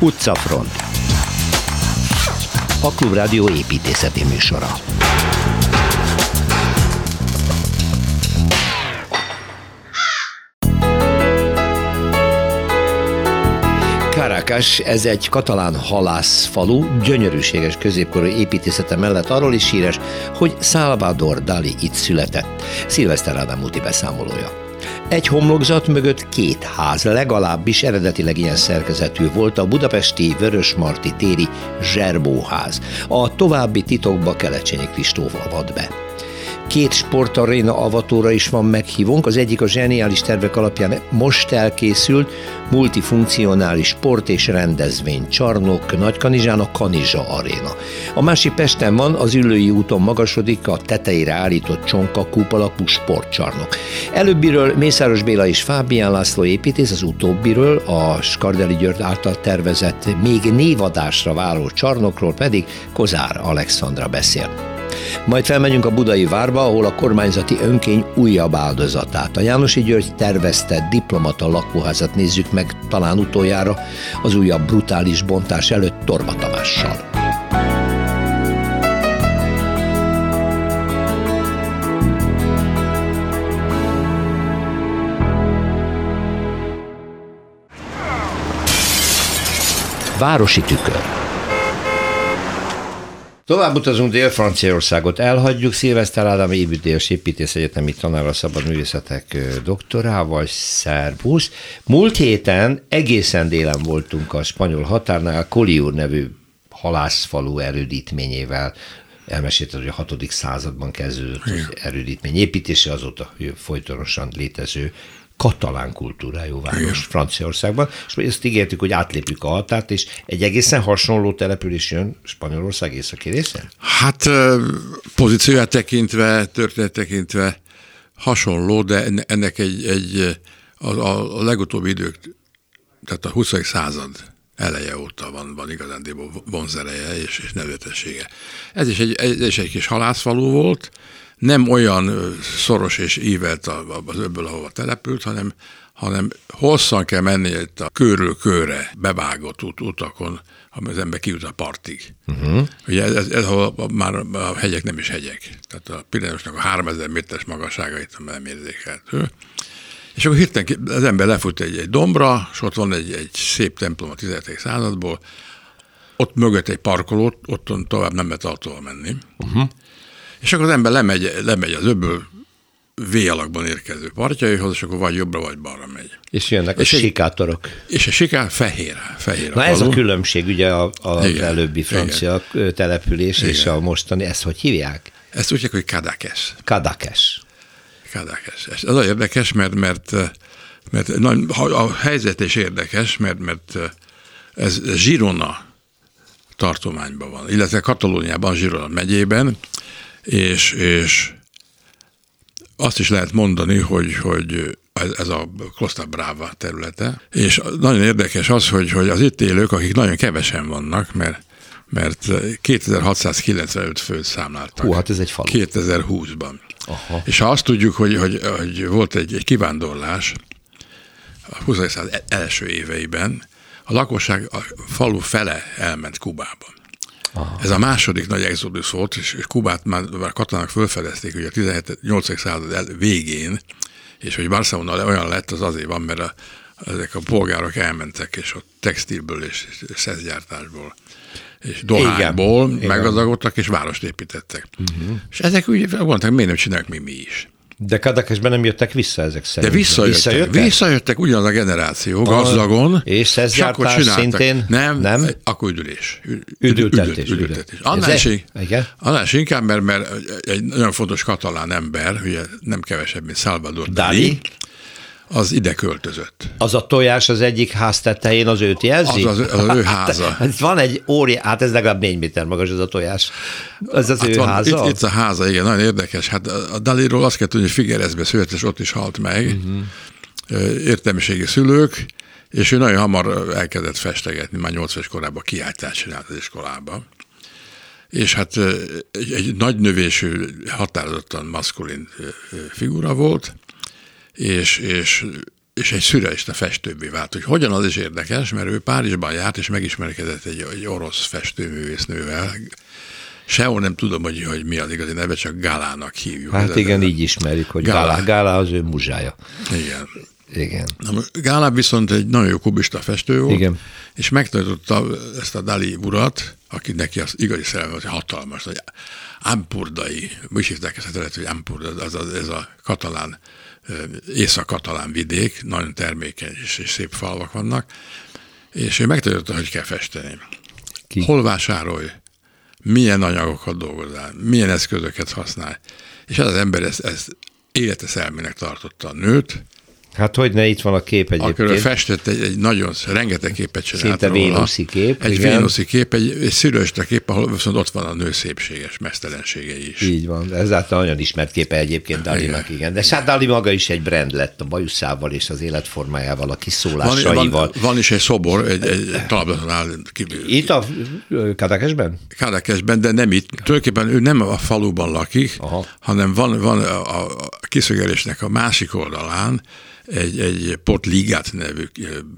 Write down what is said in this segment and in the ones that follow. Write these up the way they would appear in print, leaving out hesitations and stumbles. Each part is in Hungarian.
Utcafront. A Klubrádió építészeti műsora. Caracas, ez egy katalán halászfalu, gyönyörűséges középkorú építészete mellett arról is híres, hogy Salvador Dalí itt született. Szilveszter Ádám úti beszámolója. Egy homlokzat mögött két ház, legalábbis eredetileg ilyen szerkezetű volt a budapesti Vörösmarty téri Zserbóház. A további titokba Kelecsényi Kristóf avat be. Két sportaréna avatóra is van meghívónk, az egyik a zseniális tervek alapján most elkészült multifunkcionális sport- és rendezvénycsarnok Nagykanizsán, a Kanizsa Aréna. A másik Pesten van, az Üllői úton magasodik, a tetejére állított csonkakúp alakú sportcsarnok. Előbbiről Mészáros Béla és Fábián László építész, az utóbbiről a Skardely György által tervezett, még névadásra váró csarnokról pedig Kozár Alexandra beszél. Majd felmegyünk a Budai Várba, ahol a kormányzati önkény újabb áldozatát, a Jánosi György tervezte diplomata lakóházat nézzük meg talán utoljára az újabb brutális bontás előtt Torma Tamással. Városi tükör. Tovább utazunk Dél-Franciaországot, elhagyjuk Szilveszter Ádám építész építészegyetemi tanár, a szabadművészetek doktorával. Szervusz! Múlt héten egészen délen voltunk a spanyol határnál, Collioure nevű halászfalu erődítményével. Elmesélted, hogy a 6. században kezdődött az erődítmény építése, azóta folytonosan létező katalán kultúrájú város Franciaországban, és ezt ígértük, hogy átlépjük a határt, és egy egészen hasonló település jön Spanyolország északi részén? Hát pozícióját tekintve, történet tekintve hasonló, de ennek a legutóbbi idők, tehát a 20. század eleje óta van igazándiból vonzereje és nevetessége. Ez is egy kis halászfalu volt, nem olyan szoros és ívelt az öbből, ahova települt, hanem hosszan kell menni itt a körről körre bevágott utakon, ami az ember kijut a partig. Ugye ez ahol már a hegyek nem is hegyek. Tehát a Pireneusnak a 3000 méteres magasságait nem érzékelhető. És akkor hirtelen az ember lefut egy dombra, és ott van egy szép templom a 17. századból, ott mögött egy parkolót, otton tovább nem lehet autóval menni. És akkor az ember lemegy az öbből V-alakban érkező partjaihoz, és akkor vagy jobbra, vagy balra megy. És jönnek a sikátorok. És a sikár fehér. Na ez a különbség, ugye az előbbi francia település Igen. És a mostani, ezt hogy hívják? Ezt úgy hívják, hogy Cadaqués. Cadaqués. Ez az érdekes, mert a helyzet is érdekes, mert ez Girona tartományban van, illetve Katalóniában, Girona megyében, és azt is lehet mondani, hogy ez a Costa Brava területe, és nagyon érdekes az, hogy az itt élők, akik nagyon kevesen vannak, mert 2695 főt számláltak. Hát ez egy falu. 2020-ban. Aha. És ha azt tudjuk, hogy volt egy kivándorlás a 20. század első éveiben, a lakosság a falu fele elment Kubába. Aha. Ez a második nagy exodus volt, és Kubát már katonák fölfedezték, hogy a 18. század végén, és hogy Barcelona olyan lett, az azért van, mert ezek a polgárok elmentek, és ott textilből és szeszgyártásból és dohányból meggazdagodtak, és várost építettek. És ezek úgy mondták, miért nem csinálják mi is. De Cadaquésben nem jöttek vissza ezek szerint. De visszajöttek ugyanaz a generáció, gazdagon. És szeszgyártás szintén? Nem? Akkor üdülés. Üdültetés. Annál is inkább, mert egy nagyon fontos katalán ember, ugye nem kevesebb, mint Salvador Dalí, az ide költözött. Az a tojás az egyik ház tetején az őt jelzi? Az ő háza. Hát van egy ez legalább 4 méter magas ez a tojás. Ez az ő háza? Itt a háza, igen, nagyon érdekes. Hát a Dalíról azt kell tudni, hogy Figueresbe született, és ott is halt meg. Értelmiségi szülők, és ő nagyon hamar elkezdett festegetni, már 8 éves korában kiáltást csinált az iskolába. És hát egy nagy növésű, határozottan maszkulin figura volt, és és egy szürrealista festőbbé vált. Hogy hogyan, az is érdekes, mert ő Párizsban járt, és megismerkedett egy orosz festőművésznővel. Sehol nem tudom, hogy mi az igazi neve, csak Gálának hívjuk. Hát igen, így ismerjük, hogy Gálá az ő muzsája. Igen. Igen. Gálá viszont egy nagyon jó kubista festő volt, igen. És megtanította ezt a Dali urat, aki neki az igazi szerelme, hogy hatalmas, hogy Ampurdai, úgy hívták ezt a terület, hogy Ampurda, ez a katalán, észak-katalán vidék, nagyon termékeny és szép falvak vannak, és ő megtanította, hogy kell festeni. Hol vásárolj, milyen anyagokat dolgozzál, milyen eszközöket használj. És az ember ezt életeszelmének tartotta a nőt. Hát hogy ne, itt van a kép egyébként. Akkor festett egy nagyon, rengeteg képet csinált. Szinte vénuszi kép. Egy vénuszi kép, egy szürrealista kép, ahol viszont ott van a nő szépséges mesztelenségei is. Így van, ezáltal nagyon ismert képe egyébként Dalinak, igen. De hát Dali maga is egy brand lett a bajuszával és az életformájával, a kiszólásaival. Van is egy szobor, egy talapzaton áll. Itt a Kadakesben? Kadakesben, de nem itt. Tulajdonképpen ő nem a faluban lakik, hanem van a kiszögelésnek a másik oldalán egy Port Ligat nevű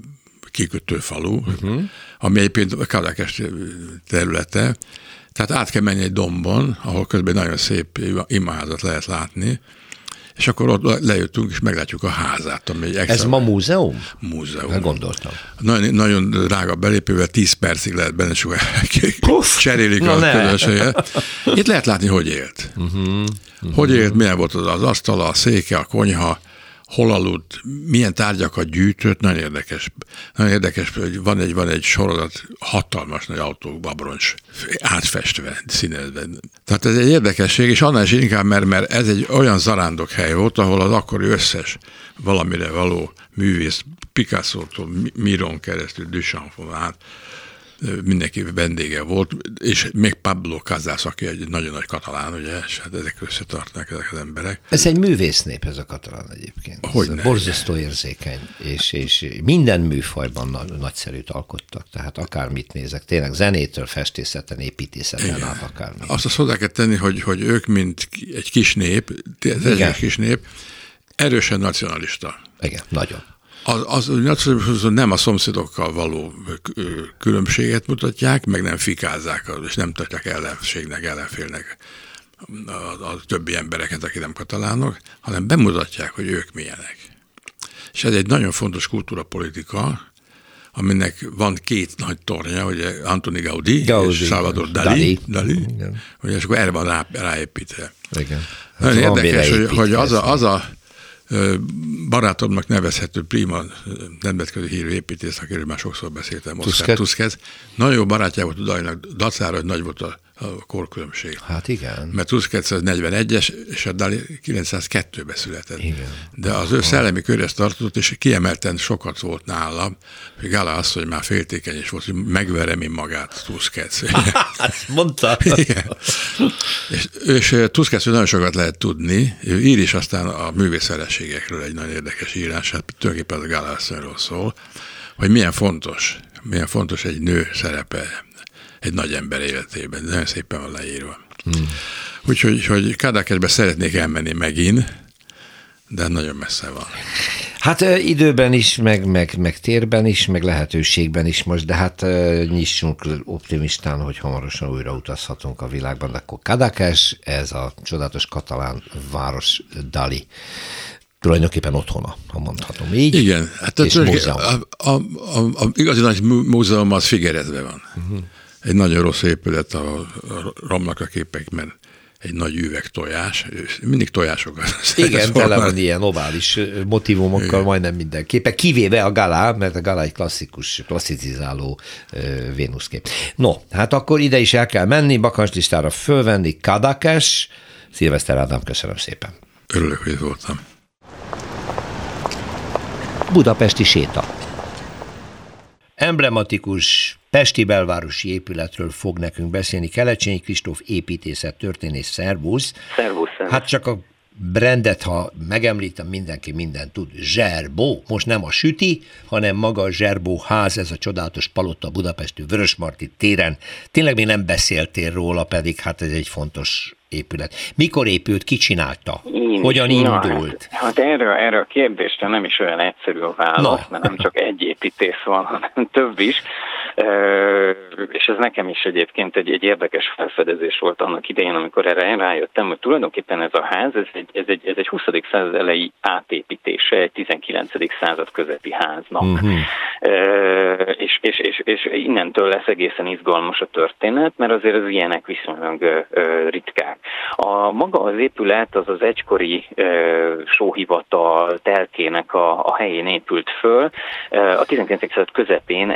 kikötő falu, ami egyébként a Kadakes területe. Tehát át kell menni egy dombon, ahol közben nagyon szép imaházat lehet látni, és akkor ott lejöttünk, és meglátjuk a házát, ami egy extra... Ez ma múzeum? Múzeum. Nem gondoltam. Nagyon drága belépővel, 10 percig lehet benne, és cserélik a közönséget. Itt lehet látni, hogy élt. Hogy élt, milyen volt az asztala, a széke, a konyha, hol aludt, milyen tárgyakat gyűjtött, nagyon érdekes. Nagyon érdekes, hogy van egy sorozat, hatalmas nagy autók, babroncs, átfestve, színezve. Tehát ez egy érdekesség, és annál is inkább, mert ez egy olyan zarándokhely volt, ahol az akkori összes valamire való művész, Picasso-tól, Miron keresztül, Duchampon át, mindenki vendége volt, és még Pablo Casals, aki egy nagyon nagy katalán, ugye, és hát ezek összetartnak ezek az emberek. Ez egy művésznép, ez a katalán egyébként. Hogyne, borzasztó érzékeny, és minden műfajban nagyszerűt alkottak, tehát akármit nézek, tényleg zenétől, festészeten, építészeten át akármit. Azt hozzá kell tenni, hogy ők, mint egy kis nép, kis nép, erősen nacionalista. Igen, nagyon. Az nem a szomszédokkal való különbséget mutatják, meg nem fikázzák, és nem tartják ellenfélnek a többi embereket, akik nem katalánok, hanem bemutatják, hogy ők milyenek. És ez egy nagyon fontos kultúrapolitika, aminek van két nagy tornya, ugye Antoni Gaudí és Salvador Dali. Ugye, és akkor erre van ráépítve. Igen. Nagyon érdekes, hogy az a barátomnak nevezhető prima nemzetközi hírű építész, akiről már sokszor beszéltem, Oskar Tusquets. Nagyon jó barátja volt a Dalinak, dacára, hogy nagy volt a korkülönbség. Hát igen. Mert Tusquets az 41-es, és a Dali 902-ben született. Igen. De az ő szellemi körhez tartozott, és kiemelten sokat volt nála, hogy Gala azt, hogy már féltékeny is volt, hogy megverem én magát Tusquets. Azt mondta. És Tusquetsről nagyon sokat lehet tudni. Ő ír is aztán a művészfeleségekről egy nagyon érdekes írás, hát tulajdonképpen a Gala asszonyról szól, hogy milyen fontos egy nő szerepe egy nagy ember életében. Nagyon szépen van leírva. Úgyhogy Kadakesbe szeretnék elmenni megint, de nagyon messze van. Hát időben is, meg térben is, meg lehetőségben is most, de hát nyissunk optimistán, hogy hamarosan újra utazhatunk a világban, de akkor Kadakes, ez a csodálatos katalán város Dali tulajdonképpen otthona, ha mondhatom így. Igen, hát és múzeum. A igazi nagy múzeum az Figueresben van. Egy nagyon rossz épület, a romnak a képek, mert egy nagy üveg tojás, mindig tojásokat. Igen, tele van ilyen ovális motivumokkal majdnem minden képe, kivéve a Gala, mert a Gala egy klasszicizáló Vénuszkép. No, hát akkor ide is el kell menni, bakancslistára fölvenni Kadakes. Szilveszter Ádám, köszönöm szépen. Örülök, hogy voltam. Budapesti séta. Emblematikus pesti belvárosi épületről fog nekünk beszélni Kelecsényi Kristóf építészettörténész. Szervusz. Szervusz. Hát csak a brandet, ha megemlítem, mindenki mindent tud. Zserbó. Most nem a süti, hanem maga a Zserbó ház, ez a csodálatos palota a budapesti Vörösmarty téren. Tényleg még nem beszéltél róla, pedig hát ez egy fontos épület. Mikor épült, ki csinálta? Hogyan indult? Hát erre a kérdésre nem is olyan egyszerű a válasz, mert nem csak egy építész van, hanem több is. És ez nekem is egyébként egy érdekes felfedezés volt annak idején, amikor erre rájöttem, hogy tulajdonképpen ez a ház, ez egy 20. század elejé átépítése egy 19. század közeppi háznak. És innentől lesz egészen izgalmas a történet, mert azért az ilyenek viszonylag ritkák. Maga az épület az egykori sóhivatal telkének a helyén épült föl. A 19. század közepén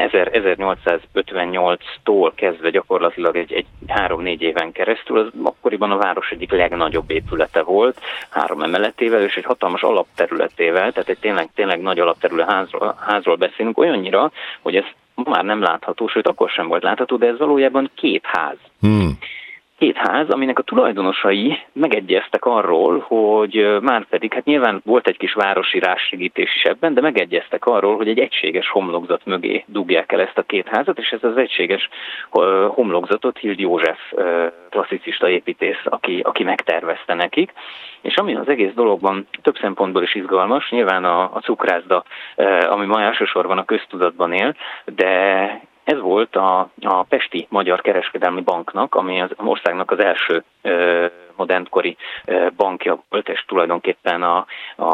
1858-tól kezdve gyakorlatilag egy 3-4 éven keresztül az akkoriban a város egyik legnagyobb épülete volt, 3 emeletével és egy hatalmas alapterületével, tehát egy tényleg nagy alapterület házról beszélünk, olyannyira, hogy ez már nem látható, sőt akkor sem volt látható, de ez valójában 2 ház. 2 ház, aminek a tulajdonosai megegyeztek arról, hogy már pedig, hát nyilván volt egy kis városi rássegítés is ebben, de megegyeztek arról, hogy egy egységes homlokzat mögé dugják el ezt a 2 házat, és ez az egységes homlokzatot Hild József klasszicista építész, aki megtervezte nekik. És ami az egész dologban több szempontból is izgalmas, nyilván a cukrászda, ami ma elsősorban a köztudatban él, de ez volt a Pesti Magyar Kereskedelmi Banknak, ami az országnak az első modernkori bankja volt, és tulajdonképpen a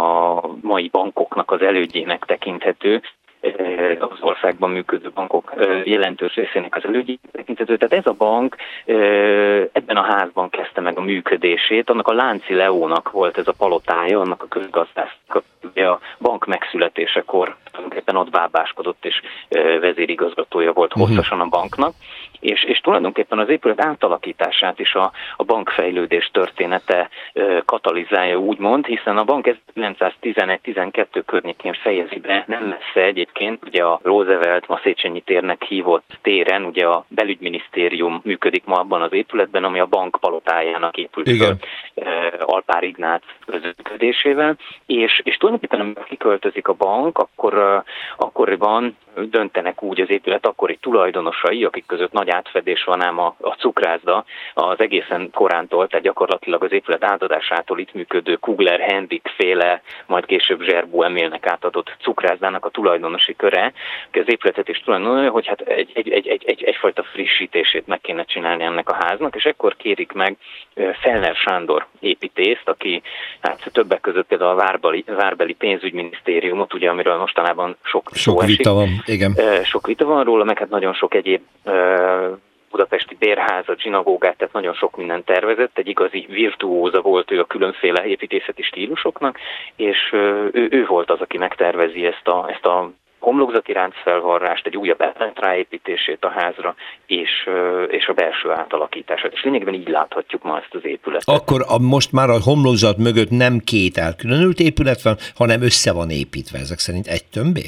mai bankoknak az elődjének tekinthető, az országban működő bankok jelentős részének az elődjének tekinthető. Tehát ez a bank ebben a házban kezdte meg a működését. Annak a Lánci Leónak volt ez a palotája, annak a közgazdásznak, a bank megszületésekor tulajdonképpen ott bábáskodott, és vezérigazgatója volt hosszasan a banknak. És tulajdonképpen az épület átalakítását is a bankfejlődés története katalizálja, úgymond, hiszen a bank 1911-12 környékén fejezi be, nem messze egyébként, ugye a Roosevelt, ma Széchenyi térnek hívott téren, ugye a belügyminisztérium működik ma abban az épületben, ami a bank palotájának épült föl Alpár Ignác közműködésével, és tulajdonképpen amikor kiköltözik a bank, akkoriban döntenek úgy az épület akkori tulajdonosai, akik között nagy átfedés van, ám a cukrászda az egészen korántól, tehát gyakorlatilag az épület átadásától itt működő Kugler Henrik féle, majd később Zserbó Emilnek átadott cukrászdának a tulajdonosi köre, az épületet is tulajdonolja, hogy hát egyfajta frissítését meg kéne csinálni ennek a háznak, és ekkor kérik meg Fellner Sándor építészt, aki hát többek között például a várbeli pénzügyminisztériumot, ugye amiről mostanában sok vita van, igen. Sok vita van róla, meg hát nagyon sok egyéb budapesti bérházat, zsinagógát, tehát nagyon sok mindent tervezett, egy igazi virtuóza volt ő a különféle építészeti stílusoknak, és ő volt az, aki megtervezi ezt a homlokzati ráncfelvarrást, egy újabb ráépítését a házra, és a belső átalakítását. És lényegben így láthatjuk ma ezt az épületet. Akkor most már a homlokzat mögött nem 2 elkülönült épület van, hanem össze van építve, ezek szerint egy tömbé?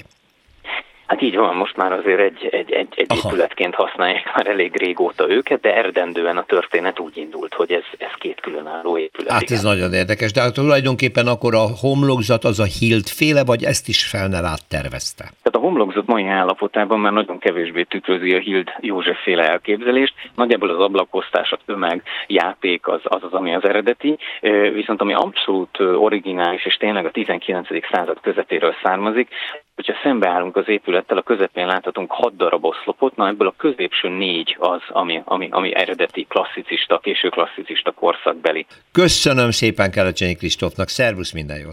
Hát így van, most már azért egy épületként használják már elég régóta őket, de eredendően a történet úgy indult, hogy ez 2 különálló épület. Hát ez nagyon érdekes, de tulajdonképpen akkor a homlokzat az a Hild féle, vagy ezt is Fellner áttervezte? Tehát a homlokzat mai állapotában már nagyon kevésbé tükrözi a Hild József féle elképzelést, nagyjából az ablakosztás, a tömeg, játék az, ami az eredeti, viszont ami abszolút originális és tényleg a 19. század közepéről származik, hogyha szembeállunk az épülettel, a közepén láthatunk 6 darab oszlopot, na ebből a középső 4 az, ami eredeti klasszicista, késő klasszicista korszakbeli. Köszönöm szépen Kelecsényi Kristófnak, szervusz, minden jót!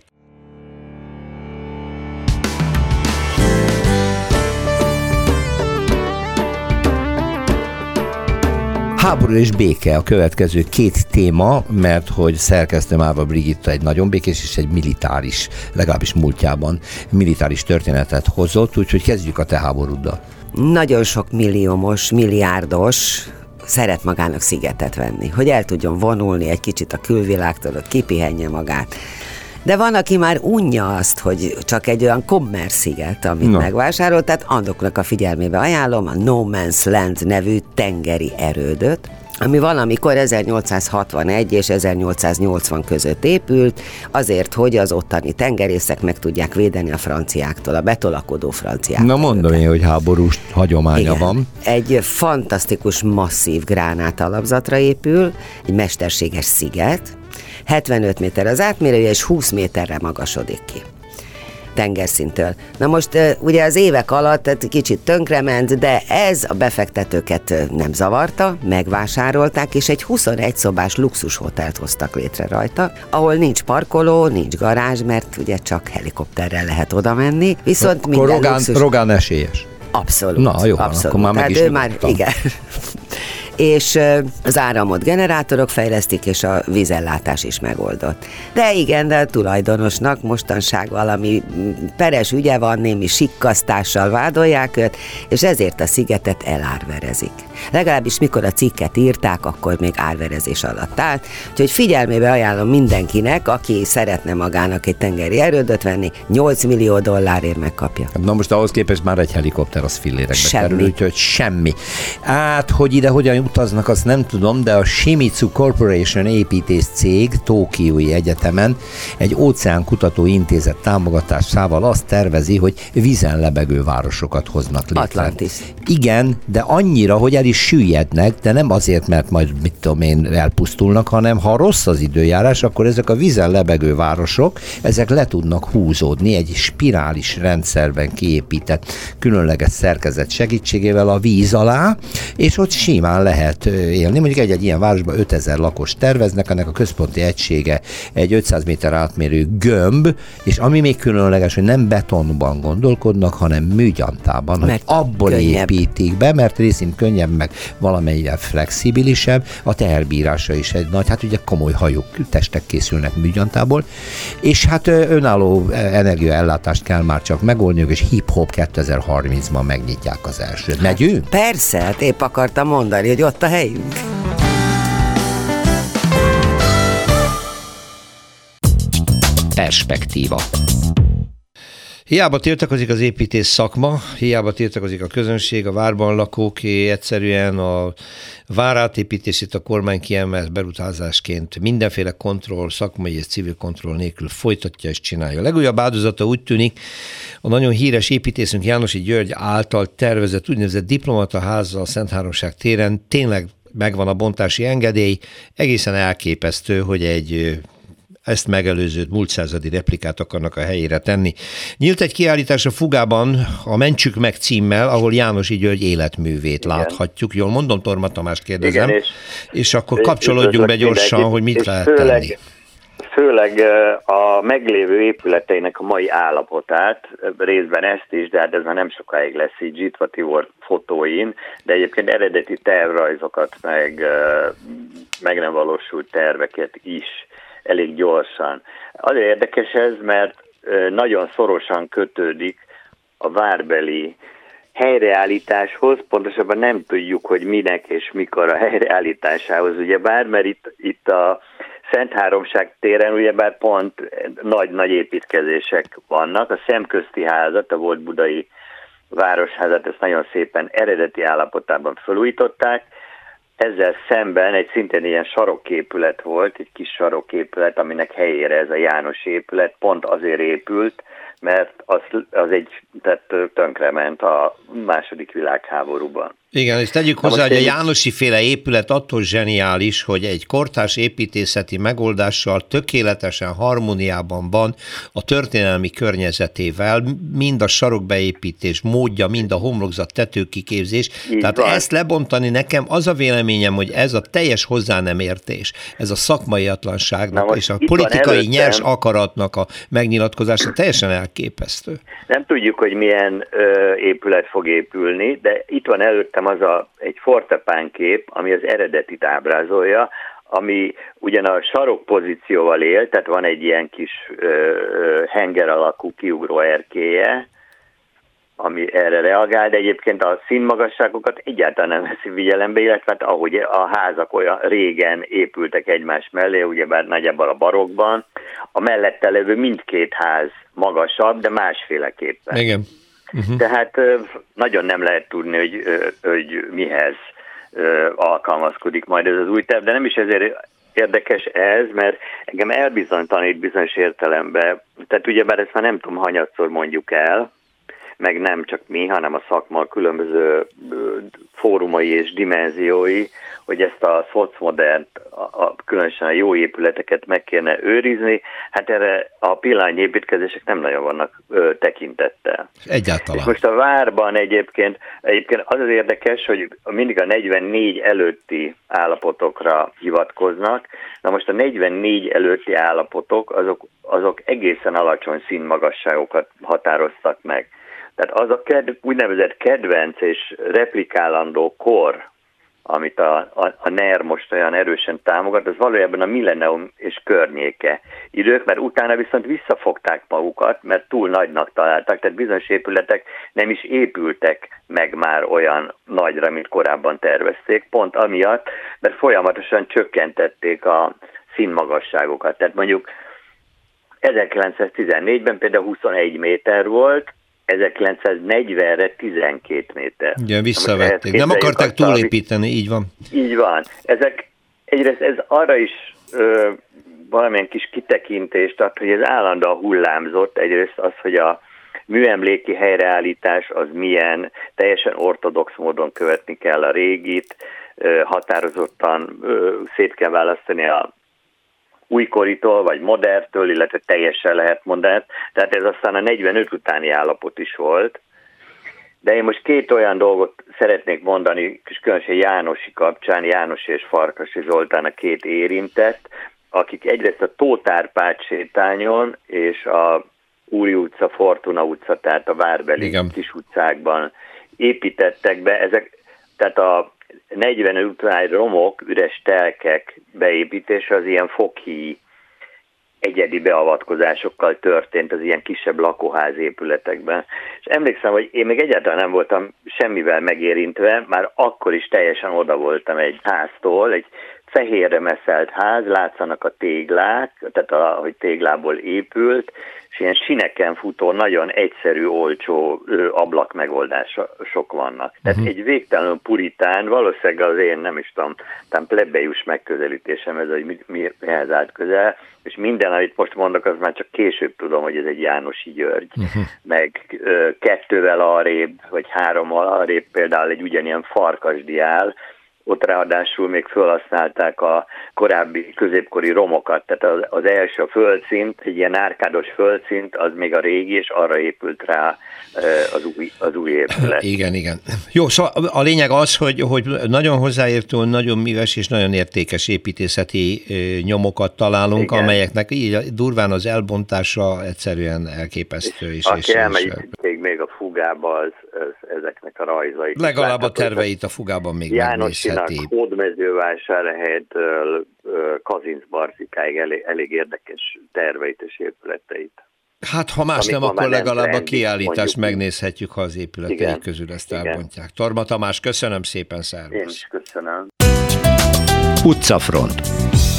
Háború és béke a következő 2 téma, mert hogy szerkesztő Áva Brigitta egy nagyon békés és egy militáris, legalábbis múltjában militáris történetet hozott, úgyhogy kezdjük a te háborúddal. Nagyon sok milliómos, milliárdos szeret magának szigetet venni, hogy el tudjon vonulni egy kicsit a külvilágtól, hogy kipihenje magát. De van, aki már unja azt, hogy csak egy olyan kommersziget, amit megvásárolt, tehát andoknak a figyelmébe ajánlom a No Man's Land nevű tengeri erődöt, ami valamikor 1861 és 1880 között épült, azért, hogy az ottani tengerészek meg tudják védeni a franciáktól, a betolakodó franciáktól. Na mondom én, hogy háborús hagyománya van. Egy fantasztikus, masszív gránát alapzatra épül, egy mesterséges sziget, 75 méter az átmérője, és 20 méterre magasodik ki tengerszinttől. Na most ugye az évek alatt kicsit tönkrement, de ez a befektetőket nem zavarta, megvásárolták, és egy 21 szobás luxushotelt hoztak létre rajta, ahol nincs parkoló, nincs garázs, mert ugye csak helikopterrel lehet oda menni, viszont akkor Rogán esélyes. Abszolút. Na jó, abszolút. akkor már meg is ő már, igen. És az áramot generátorok fejlesztik, és a vízellátás is megoldott. De igen, de a tulajdonosnak mostanság valami peres ügye van, némi sikkasztással vádolják őt, és ezért a szigetet elárverezik. Legalábbis mikor a cikket írták, akkor még árverezés alatt állt, úgyhogy figyelmébe ajánlom mindenkinek, aki szeretne magának egy tengeri erődöt venni, $8 millió megkapja. Na most ahhoz képest már egy helikopter az fillérekbe kerül, úgyhogy semmi. Hát, hogy ide hogyan utaznak, azt nem tudom, de a Shimizu Corporation építész cég Tokiói Egyetemen egy óceánkutató intézet támogatásával azt tervezi, hogy vízen lebegő városokat hoznak létre. Atlantis. Igen, de annyira, hogy el is süllyednek, de nem azért, mert majd, mit tudom én, elpusztulnak, hanem ha rossz az időjárás, akkor ezek a vízen lebegő városok, ezek le tudnak húzódni egy spirális rendszerben kiépített különleges szerkezet segítségével a víz alá, és ott simán lehet élni. Mondjuk egy ilyen városban 5000 lakos terveznek, ennek a központi egysége egy 500 méter átmérő gömb, és ami még különleges, hogy nem betonban gondolkodnak, hanem műgyantában, hogy abból könnyebb építik be, mert részint könnyebb, meg valamennyire flexibilisebb, a teherbírása is egy nagy, hát ugye komoly hajók, testek készülnek műgyantából, és hát önálló energiaellátást kell már csak megoldniuk, és hip-hop 2030-ban megnyitják az elsőt. Megyünk? Persze, hát épp akartam mondani, hogy ott a helyünk. Perspektíva. Hiába tiltakozik az építész szakma, hiába tiltakozik a közönség, a várban lakók, egyszerűen a várátépítését a kormány kiemelt beruházásként mindenféle kontroll, szakmai és civil kontroll nélkül folytatja és csinálja. A legújabb áldozata úgy tűnik a nagyon híres építészünk Jánosi György által tervezett úgynevezett diplomataháza a Szentháromság téren. Tényleg megvan a bontási engedély, egészen elképesztő, hogy egy ezt megelőző múlt századi replikát akarnak a helyére tenni. Nyílt egy kiállítás a Fugában, a Mentsük meg címmel, ahol Jánosi György életművét láthatjuk. Jól mondom, Torma Tamást kérdezem. Igen, és akkor kapcsolódjunk be gyorsan, hogy mit lehet tenni. Főleg a meglévő épületeinek a mai állapotát, részben ezt is, de hát ez már nem sokáig lesz így Zsitva Tibor fotóin, de egyébként eredeti tervrajzokat, meg nem valósult terveket is elég gyorsan. Azért érdekes ez, mert nagyon szorosan kötődik a várbeli helyreállításhoz, pontosabban nem tudjuk, hogy minek és mikor a helyreállításához, ugyebár, mert itt a Szentháromság téren ugyebár pont nagy építkezések vannak. A Szemközti házat, a volt budai városházat, ezt nagyon szépen eredeti állapotában felújították. Ezzel szemben egy szintén ilyen saroképület volt, egy kis saroképület, aminek helyére ez a János épület pont azért épült, mert az tehát tönkrement a II. Világháborúban. Igen, és tegyük hozzá, hogy a Jánosi féle épület attól zseniális, hogy egy kortárs építészeti megoldással tökéletesen harmóniában van a történelmi környezetével, mind a sarokbeépítés módja, mind a homlokzat tetőkiképzés. Tehát van. Ezt lebontani nekem az a véleményem, hogy ez a teljes hozzá nem értés, ez a szakmaiatlanságnak és a politikai nyers akaratnak a megnyilatkozása teljesen elképesztő. Nem tudjuk, hogy milyen épület fog épülni, de itt van előttem egy fortepánkép, ami az eredetit ábrázolja, ami ugyan a sarok pozícióval él, tehát van egy ilyen kis henger alakú kiugró erkélye, ami erre reagál, de egyébként a színmagasságokat egyáltalán nem veszi figyelembe, illetve hát ahogy a házak olyan régen épültek egymás mellé, ugyebár nagyjából a barokkban, a mellette levő mindkét ház magasabb, de másféleképpen. Igen. Tehát nagyon nem lehet tudni, hogy mihez alkalmazkodik majd ez az új terv, de nem is ezért érdekes ez, mert engem elbizonytalanít bizonyos értelemben, tehát ugyebár ezt már nem tudom, hanyatszor mondjuk el, meg nem csak mi, hanem a szakma különböző fórumai és dimenziói, hogy ezt a szocmodernt, különösen a jó épületeket meg kéne őrizni, hát erre a pillanatnyi építkezések nem nagyon vannak tekintettel. Egyáltalán. És most a várban egyébként az az érdekes, hogy mindig a 44 előtti állapotokra hivatkoznak. Na most a 44 előtti állapotok, azok egészen alacsony színmagasságokat határoztak meg. Tehát az a úgynevezett kedvenc és replikálandó kor, amit a NER most olyan erősen támogat, az valójában a millennium és környéke idők, mert utána viszont visszafogták magukat, mert túl nagynak találtak, tehát bizonyos épületek nem is épültek meg már olyan nagyra, mint korábban tervezték, pont amiatt, mert folyamatosan csökkentették a színmagasságokat. Tehát mondjuk 1914-ben például 21 méter volt, 1940-re 12 méter. Ugye visszavették. Nem akarták túlépíteni, így van. Így van. Egyrészt ez arra is valamilyen kis kitekintést ad, hogy ez állandóan hullámzott. Egyrészt az, hogy a műemléki helyreállítás az milyen, teljesen ortodox módon követni kell a régit, határozottan szét kell választani a újkoritól, vagy moderntől, illetve teljesen lehet modern. Tehát ez aztán a 45 utáni állapot is volt. De én most két olyan dolgot szeretnék mondani, és különösen Jánosi kapcsán, János és Farkasi Zoltán a két érintett, akik egyrészt a Tóth Árpád sétányon és a Úri utca, Fortuna utca, tehát a várbeli kis utcákban építettek be. Ezek, tehát a 40 utáni romok, üres telkek beépítése az ilyen foghíj egyedi beavatkozásokkal történt az ilyen kisebb lakóház épületekben. És emlékszem, hogy én még egyáltalán nem voltam semmivel megérintve, már akkor is teljesen oda voltam egy háztól, egy fehérre meszelt ház, látszanak a téglák, tehát hogy téglából épült, és ilyen sineken futó, nagyon egyszerű, olcsó ablak megoldások vannak. Tehát egy végtelenül puritán, valószínűleg az én, nem is tudom, talán plebejus megközelítésem ez, hogy mihez állt közel, és minden, amit most mondok, az már csak később tudom, hogy ez egy Jánosi György, meg 2-vel arrébb, vagy 3-mal arrébb például egy ugyanilyen Farkasdi áll, ott ráadásul még felhasználták a korábbi középkori romokat, tehát az első a földszint, egy ilyen árkádos földszint, az még a régi, és arra épült rá az új épület. Igen. Jó, szóval a lényeg az, hogy nagyon hozzáértő, nagyon műves és nagyon értékes építészeti nyomokat találunk, amelyeknek így durván az elbontása egyszerűen elképesztő. Aki elmegy még a Fugába, az ezeknek a rajzait. Legalább a terveit a Fugában még megnézheti. Hódmezővásárhelytől Kazincbarcikáig elég érdekes terveit és épületeit. Hát ha más nem, akkor legalább a kiállítást megnézhetjük, ha az épületei közül ezt elbontják. Torma Tamás, köszönöm szépen, szervusz. Én is köszönöm. Utcafront.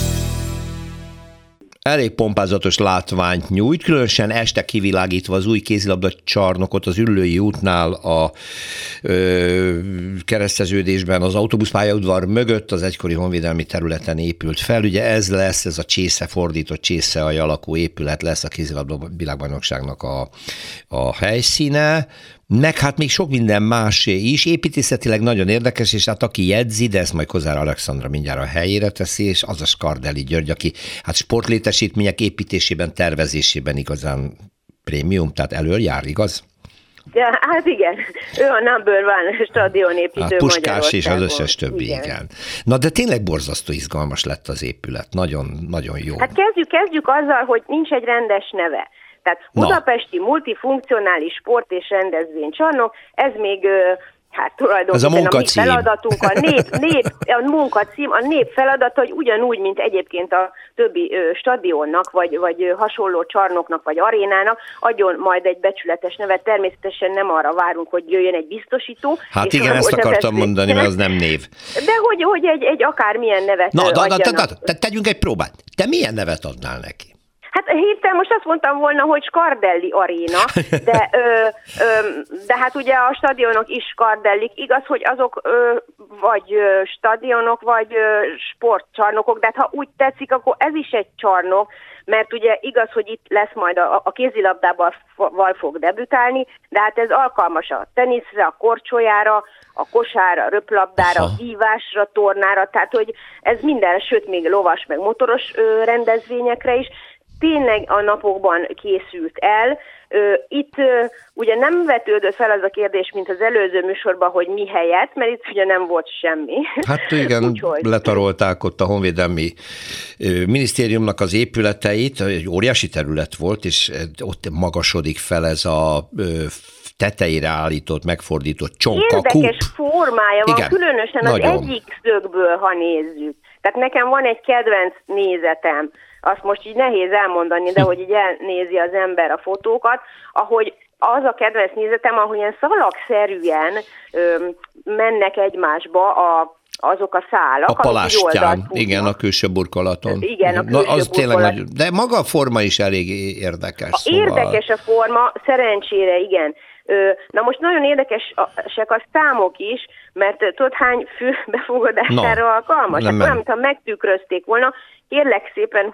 Elég pompázatos látványt nyújt, különösen este kivilágítva az új kézilabda csarnokot az Üllői útnál a kereszteződésben az autóbuszpályaudvar mögött az egykori honvédelmi területen épült fel. Ugye ez lesz, ez a csésze, fordított csészehaj alakú épület lesz a kézilabda világbajnokságnak a helyszíne. Meg hát még sok minden más is, építészetileg nagyon érdekes, és hát aki jegyzi, de ezt majd Kozár Alexandra mindjárt a helyére teszi, és az a Skardeli György, aki hát sportlétesítmények építésében, tervezésében igazán prémium, tehát elől jár, igaz? Ja, hát igen, ő a number one stadionépítő Magyarországon. Puskás és az összes többi, igen. Na de tényleg borzasztó izgalmas lett az épület, nagyon, nagyon jó. Hát kezdjük azzal, hogy nincs egy rendes neve. Tehát Budapesti multifunkcionális sport- és rendezvénycsarnok, ez még hát tulajdonképpen a mi feladatunk, a munkacím, a nép feladata, hogy ugyanúgy, mint egyébként a többi stadionnak, vagy hasonló csarnoknak, vagy arénának, adjon majd egy becsületes nevet. Természetesen nem arra várunk, hogy jöjjön egy biztosító. Hát igen, ezt akartam mondani, mert az nem név. De hogy egy akármilyen nevet adjanak. Tegyünk egy próbát. Te milyen nevet adnál neki? Hát hirtelen most azt mondtam volna, hogy Scardelli aréna, de hát ugye a stadionok is Scardellik. Igaz, hogy azok vagy stadionok, vagy sportcsarnokok, de hát ha úgy tetszik, akkor ez is egy csarnok, mert ugye igaz, hogy itt lesz majd a kézilabdával fog debütálni, de hát ez alkalmas a teniszre, a korcsolyára, a kosárra, a röplabdára, a vívásra, tornára, tehát hogy ez minden, sőt még lovas, meg motoros rendezvényekre is, tényleg a napokban készült el. Itt ugye nem vetődött fel az a kérdés, mint az előző műsorban, hogy mi helyett, mert itt ugye nem volt semmi. Hát igen, úgyhogy letarolták ott a Honvédelmi Minisztériumnak az épületeit, egy óriási terület volt, és ott magasodik fel ez a tetejére állított, megfordított csonka-kúp. Érdekes formája van, igen, különösen nagyon. Az egyik szögből, ha nézzük. Tehát nekem van egy kedvenc nézetem, azt most így nehéz elmondani, de hogy így elnézi az ember a fotókat, ahogy az a kedvenc nézetem, ahogy ilyen szalagszerűen mennek egymásba azok a szálak. A palástján, igen, a külső burkolaton. Igen, a külső az tényleg nagy, de maga a forma is elég érdekes. Szóval... Érdekes a forma, szerencsére igen. Na most nagyon érdekesek a számok is, mert tudod, hány fő befogadására alkalmasak? Olyan, mintha megtükrözték volna, kérlek szépen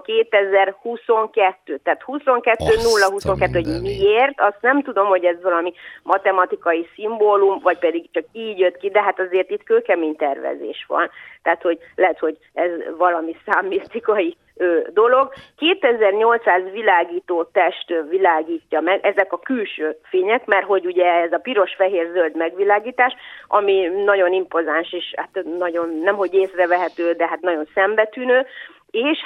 22.022, tehát 22.022, hogy miért, azt nem tudom, hogy ez valami matematikai szimbólum, vagy pedig csak így jött ki, de hát azért itt kőkemény tervezés van. Tehát, hogy lehet, hogy ez valami számmisztikai dolog. 2800 világító test világítja meg, ezek a külső fények, mert hogy ugye ez a piros-fehér-zöld megvilágítás, ami nagyon impozáns, és hát nagyon, nemhogy észrevehető, de hát nagyon szembetűnő, és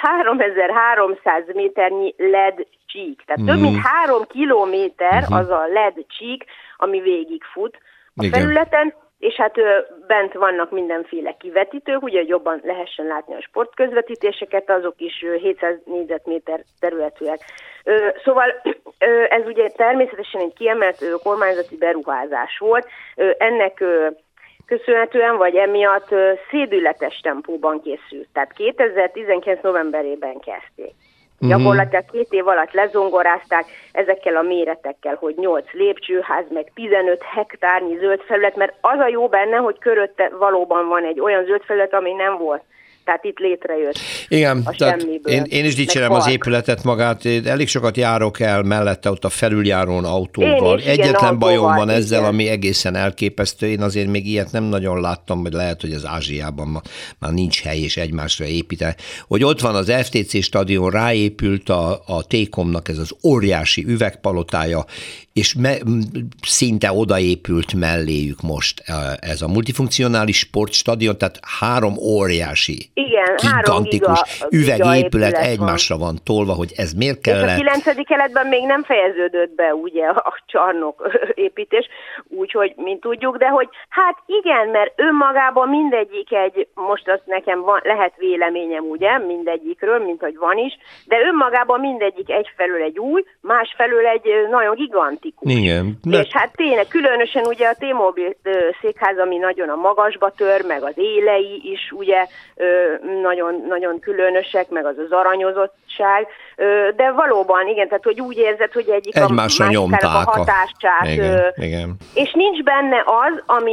3300 méternyi LED csík. Tehát több mint 3 kilométer az a LED csík, ami végigfut a felületen, és hát bent vannak mindenféle kivetítők, ugye jobban lehessen látni a sportközvetítéseket, azok is 700 négyzetméter területűek. Szóval ez ugye természetesen egy kiemelt kormányzati beruházás volt. Ennek köszönhetően, vagy emiatt szédületes tempóban készült. Tehát 2019 novemberében kezdték. Gyakorlatilag 2 év alatt lezongorázták ezekkel a méretekkel, hogy 8 lépcsőház, meg 15 hektárnyi zöld felület, mert az a jó benne, hogy körötte valóban van egy olyan zöld felület, ami nem volt. Tehát itt létrejött. Igen, tehát én is dicsérem az épületet magát, elég sokat járok el mellette ott a felüljárón autóval. Egyetlen bajom van ezzel, ami egészen elképesztő. Én azért még ilyet nem nagyon láttam, hogy lehet, hogy az Ázsiában már nincs hely és egymásra építeni. Hogy ott van az FTC stadion, ráépült a T-Comnak ez az óriási üvegpalotája, és szinte odaépült melléjük most ez a multifunkcionális sportstadion, tehát 3 óriási, gigantikus üvegépület egymásra van tolva, hogy ez miért kellett. És a 9. keletben még nem fejeződött be ugye a csarnok építés, úgyhogy mint tudjuk, de hogy hát igen, mert önmagában mindegyik most azt nekem lehet véleményem ugye, mindegyikről, mint hogy van is, de önmagában mindegyik egyfelől egy új, másfelől egy nagyon gigantikus. Igen. És hát tényleg, különösen ugye a T-Mobile székház, ami nagyon a magasba tör, meg az élei is ugye nagyon, nagyon különösek, meg az aranyozottság, de valóban, igen, tehát hogy úgy érzed, hogy egyik egymásra a nyomták a hatáscsát. Igen. És nincs benne az, ami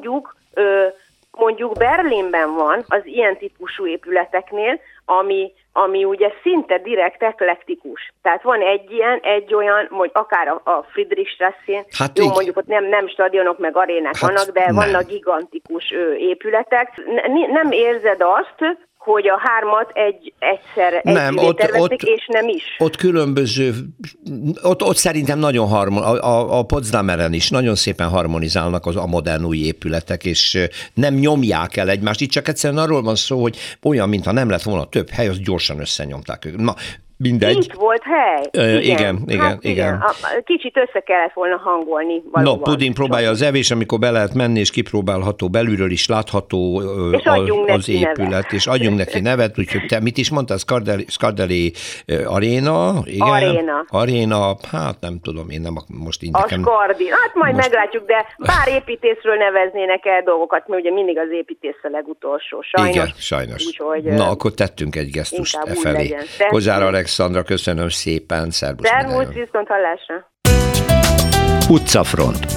mondjuk Berlinben van az ilyen típusú épületeknél, ami ugye szinte direkt eklektikus. Tehát van egy olyan, hogy akár a Friedrichstrasszén, hát jó, mondjuk ott nem stadionok meg arénák vannak, de vannak gigantikus épületek. Nem érzed azt, hogy a 3-at egyszer tervezték, és nem is. Ott különböző, ott szerintem nagyon a Potsdameren is nagyon szépen harmonizálnak a modern új épületek, és nem nyomják el egymást. Itt csak egyszerűen arról van szó, hogy olyan, mintha nem lett volna több hely, azt gyorsan összenyomták őket. Na, mindegy. Itt volt hely. Igen. Kicsit össze kellett volna hangolni valóban. No, Pudin próbálja az evés, amikor be lehet menni, és kipróbálható, belülről is látható az épület, nevet. És adjunk neki nevet, úgyhogy te mit is mondtál, Scardelli Aréna? Igen? Aréna, hát nem tudom, én nem most így nekem... A Scardi, hát majd meglátjuk, de bár építészről neveznének el dolgokat, mert ugye mindig az építész a legutolsó, sajnos. Igen, sajnos. Úgyhogy, na, akkor tettünk egy gesztust e felé. Kozára Alexandra, köszönöm szépen, szervusz. Szervusz, viszont hallásra. Utcafront.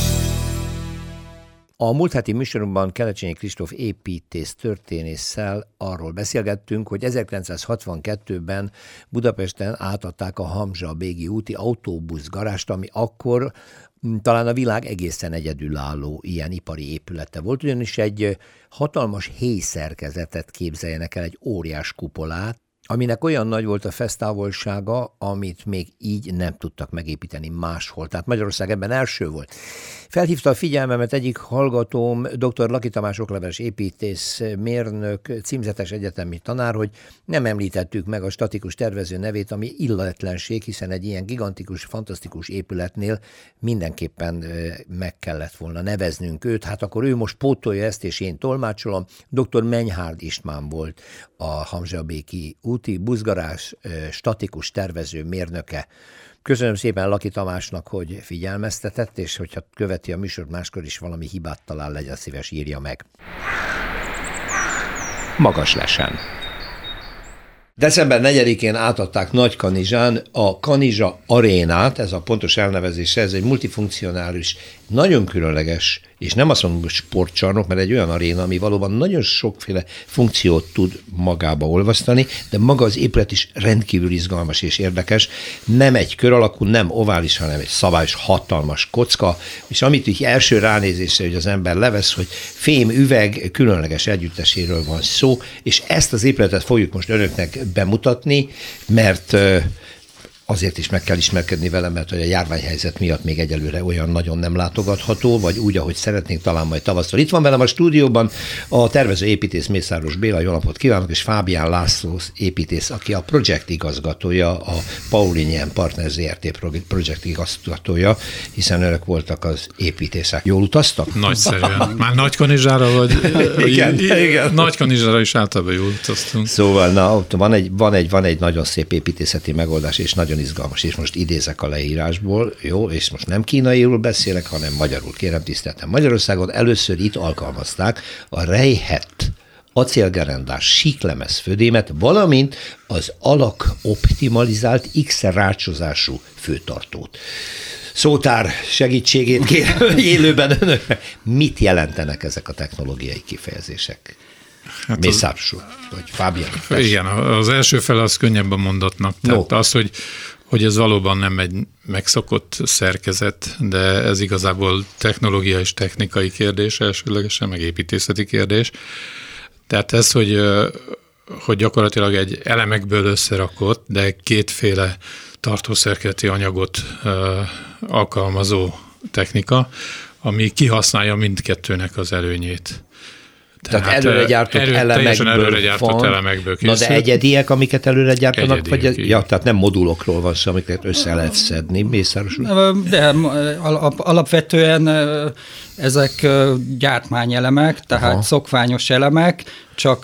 A múlt heti műsorunkban Kelecsényi Kristóf építész történésszel arról beszélgettünk, hogy 1962-ben Budapesten átadták a Hamzsa-Bégi úti autóbuszgarást, ami akkor talán a világ egészen egyedülálló ilyen ipari épülete volt, ugyanis egy hatalmas héjszerkezetet képzeljenek el, egy óriás kupolát, aminek olyan nagy volt a fesztávolsága, amit még így nem tudtak megépíteni máshol. Tehát Magyarország ebben első volt. Felhívta a figyelmemet egyik hallgatóm, dr. Laki Tamás okleveles építész, mérnök, címzetes egyetemi tanár, hogy nem említettük meg a statikus tervező nevét, ami illetlenség, hiszen egy ilyen gigantikus, fantasztikus épületnél mindenképpen meg kellett volna neveznünk őt. Hát akkor ő most pótolja ezt, és én tolmácsolom. Dr. Menyhárd István volt a Hamzsa-Béki úti buszgarázs statikus tervező mérnöke. Köszönöm szépen Laki Tamásnak, hogy figyelmeztetett, és hogyha követi a műsort máskor is valami hibát talál, legyen szíves, írja meg. Magaslesen. December 4-én átadták Nagykanizsán a Kanizsa Arénát, ez a pontos elnevezése, ez egy multifunkcionális, nagyon különleges, és nem azt mondom, hogy sportcsarnok, mert egy olyan aréna, ami valóban nagyon sokféle funkciót tud magába olvasztani, de maga az épület is rendkívül izgalmas és érdekes. Nem egy kör alakú, nem ovális, hanem egy szabályos, hatalmas kocka, és amit így első ránézésre, hogy az ember levesz, hogy fém üveg különleges együtteséről van szó, és ezt az épületet fogjuk most önöknek bemutatni, mert azért is meg kell ismerkedni vele, mert hogy a járványhelyzet miatt még egyelőre olyan nagyon nem látogatható, vagy úgy, ahogy szeretnénk, talán majd tavasztól. Itt van velem a stúdióban a tervező építész Mészáros Béla, jó napot kívánok, és Fábián László építész, aki a projekt igazgatója, a Paulinian Partners ZRT projekt igazgatója, hiszen önök voltak az építészek. Jól utaztak? Nagyszerűen. Már Nagykanizsára vagy? Igen. Nagykanizsára is általában jól utaztunk. Szóval na, van egy nagyon szép építészeti megoldás, és nagyon izgalmas, és most idézek a leírásból, jó, és most nem kínaiul beszélek, hanem magyarul, kérem tiszteltem. Magyarországon először itt alkalmazták a Rejhet acélgerendás síklemez födémet, valamint az alak optimalizált X-rácsozású főtartót. Szótár segítségét kérem élőben önöknek. Mit jelentenek ezek a technológiai kifejezések? Hát Mészáros úr, vagy Fábián. Igen, az első fele az könnyebb a mondatnak. Tehát az, hogy ez valóban nem egy megszokott szerkezet, de ez igazából technológia és technikai kérdés, elsőlegesen meg építészeti kérdés. Tehát ez, hogy gyakorlatilag egy elemekből összerakott, de kétféle tartószerkezeti anyagot alkalmazó technika, ami kihasználja mindkettőnek az előnyét. Tehát előre gyártott elemekből készül. Na de egyediek, amiket előre gyártanak? Tehát nem modulokról van szó, amiket össze lehet szedni, Mészáros úr? De alapvetően ezek gyártmányelemek, tehát szokványos elemek, csak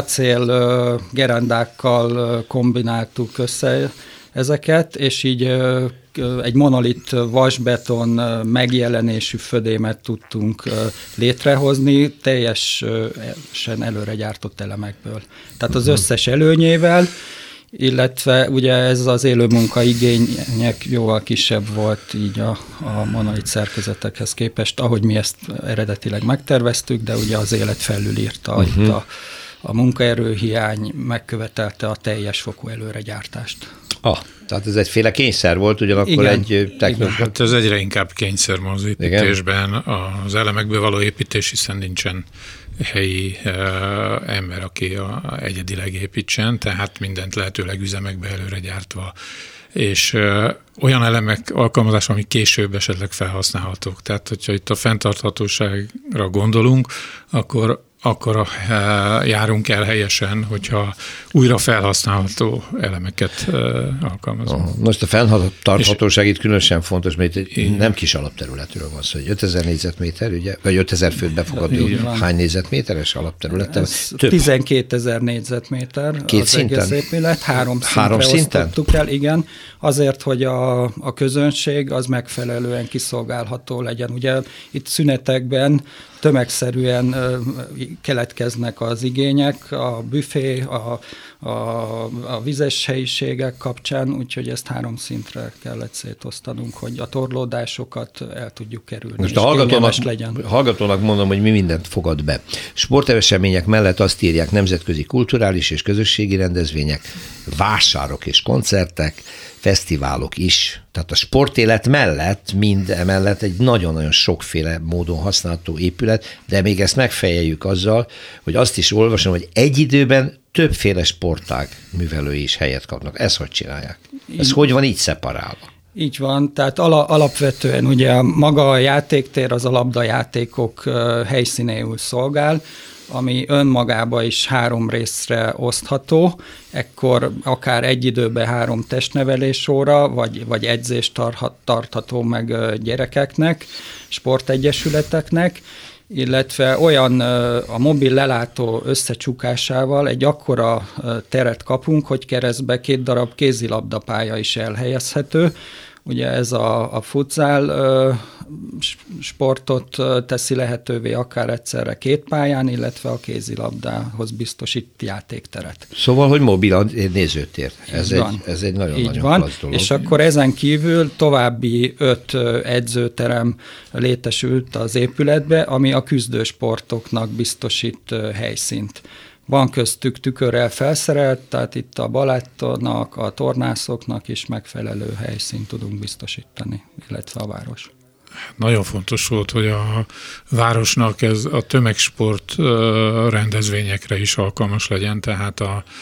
acél gerendákkal kombináltuk össze ezeket, és így egy monolit vasbeton megjelenésű födémet tudtunk létrehozni teljesen előre gyártott elemekből. Tehát az összes előnyével, illetve ugye ez az élő munkaigények jóval kisebb volt így a monolit szerkezetekhez képest, ahogy mi ezt eredetileg megterveztük, de ugye az élet felülírta itt a munkaerőhiány megkövetelte a teljes fokú előregyártást. Tehát ez egyféle kényszer volt, ugyanakkor egy technológia. Hát ez egyre inkább kényszer van az építésben, az elemekből való építés, hiszen nincsen helyi ember, aki egyedileg építsen, tehát mindent lehetőleg üzemekbe előre gyártva. És olyan elemek alkalmazása, amik később esetleg felhasználhatók. Tehát, hogyha itt a fenntarthatóságra gondolunk, akkor járunk el helyesen, hogyha újra felhasználható elemeket alkalmazunk. Most a fenntarthatóság itt különösen fontos, mert itt nem kis alapterületről van szó, hogy 5000 négyzetméter, ugye, vagy 5000 főt befogadó, hány négyzetméteres alapterületen? 12 000 négyzetméter. Két szinten? Az egész épület, három szintre osztottuk el, igen, azért, hogy a közönség az megfelelően kiszolgálható legyen. Ugye itt szünetekben tömegszerűen keletkeznek az igények, a büfé, a vizes helyiségek kapcsán, úgyhogy ezt 3 szintre kellett szétosztanunk, hogy a torlódásokat el tudjuk kerülni. Most a hallgatónak mondom, hogy mi mindent fogad be. Sportesemények mellett azt írják, nemzetközi kulturális és közösségi rendezvények, vásárok és koncertek, fesztiválok is. Tehát a sportélet mellett, mind emellett egy nagyon-nagyon sokféle módon használható épület, de még ezt megfejeljük azzal, hogy azt is olvasom, hogy egy időben többféle sportág művelői is helyet kapnak. Ezt hogy csinálják? Ez hogy van így szeparálva? Így van, tehát alapvetően ugye maga a játéktér az a labdajátékok helyszínéül szolgál, ami önmagában is 3 részre osztható, ekkor akár egy időben 3 testnevelés óra, vagy edzést tartható meg gyerekeknek, sportegyesületeknek, illetve olyan a mobil lelátó összecsukásával egy akkora teret kapunk, hogy keresztbe 2 darab kézilabdapálya is elhelyezhető. Ugye ez a futsal sportot teszi lehetővé akár egyszerre 2 pályán, illetve a kézilabdához biztosít játékteret. Szóval, hogy mobil nézőtér. Ez egy nagyon-nagyon klassz dolog. És akkor ezen kívül további 5 edzőterem létesült az épületbe, ami a küzdősportoknak biztosít helyszínt. Van köztük tükörrel felszerelt, tehát itt a balettonnak, a tornászoknak is megfelelő helyszínt tudunk biztosítani, illetve a város. Nagyon fontos volt, hogy a városnak ez a tömegsport rendezvényekre is alkalmas legyen, tehát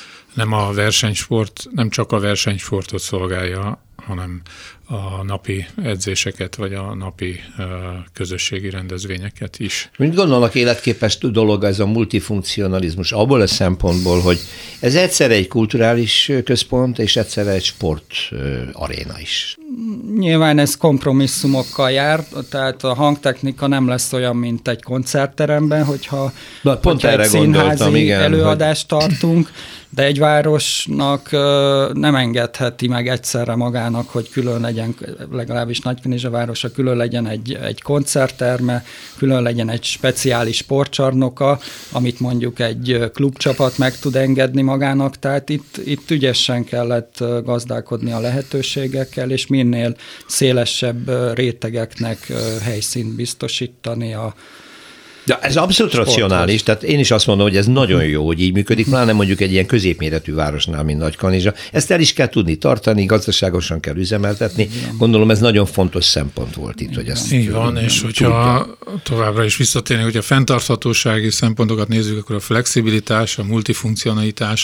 nem csak a versenysportot szolgálja, hanem a napi edzéseket, vagy a napi közösségi rendezvényeket is. Mint gondolnak, életképes dolog ez a multifunkcionalizmus abból a szempontból, hogy ez egyszerre egy kulturális központ, és egyszerre egy sportaréna is. Nyilván ez kompromisszumokkal jár, tehát a hangtechnika nem lesz olyan, mint egy koncertteremben, hogyha egy színházi előadást tartunk, de egy városnak nem engedheti meg egyszerre magának, hogy külön legyen, legalábbis Nagykanizsavárosa külön legyen egy koncertterme, külön legyen egy speciális sportcsarnoka, amit mondjuk egy klubcsapat meg tud engedni magának, tehát itt ügyesen kellett gazdálkodni a lehetőségekkel, és minél szélesebb rétegeknek helyszínt biztosítani Ja, ez abszolút racionális, tehát én is azt mondom, hogy ez nagyon jó, hogy így működik, pláne mondjuk egy ilyen középméretű városnál, mint Nagykanizsa. Ezt el is kell tudni tartani, gazdaságosan kell üzemeltetni. Gondolom ez nagyon fontos szempont volt itt, hogy ezt így van, és hogyha továbbra is visszatérni, hogy a fenntarthatósági szempontokat nézzük, akkor a flexibilitás, a multifunkcionalitás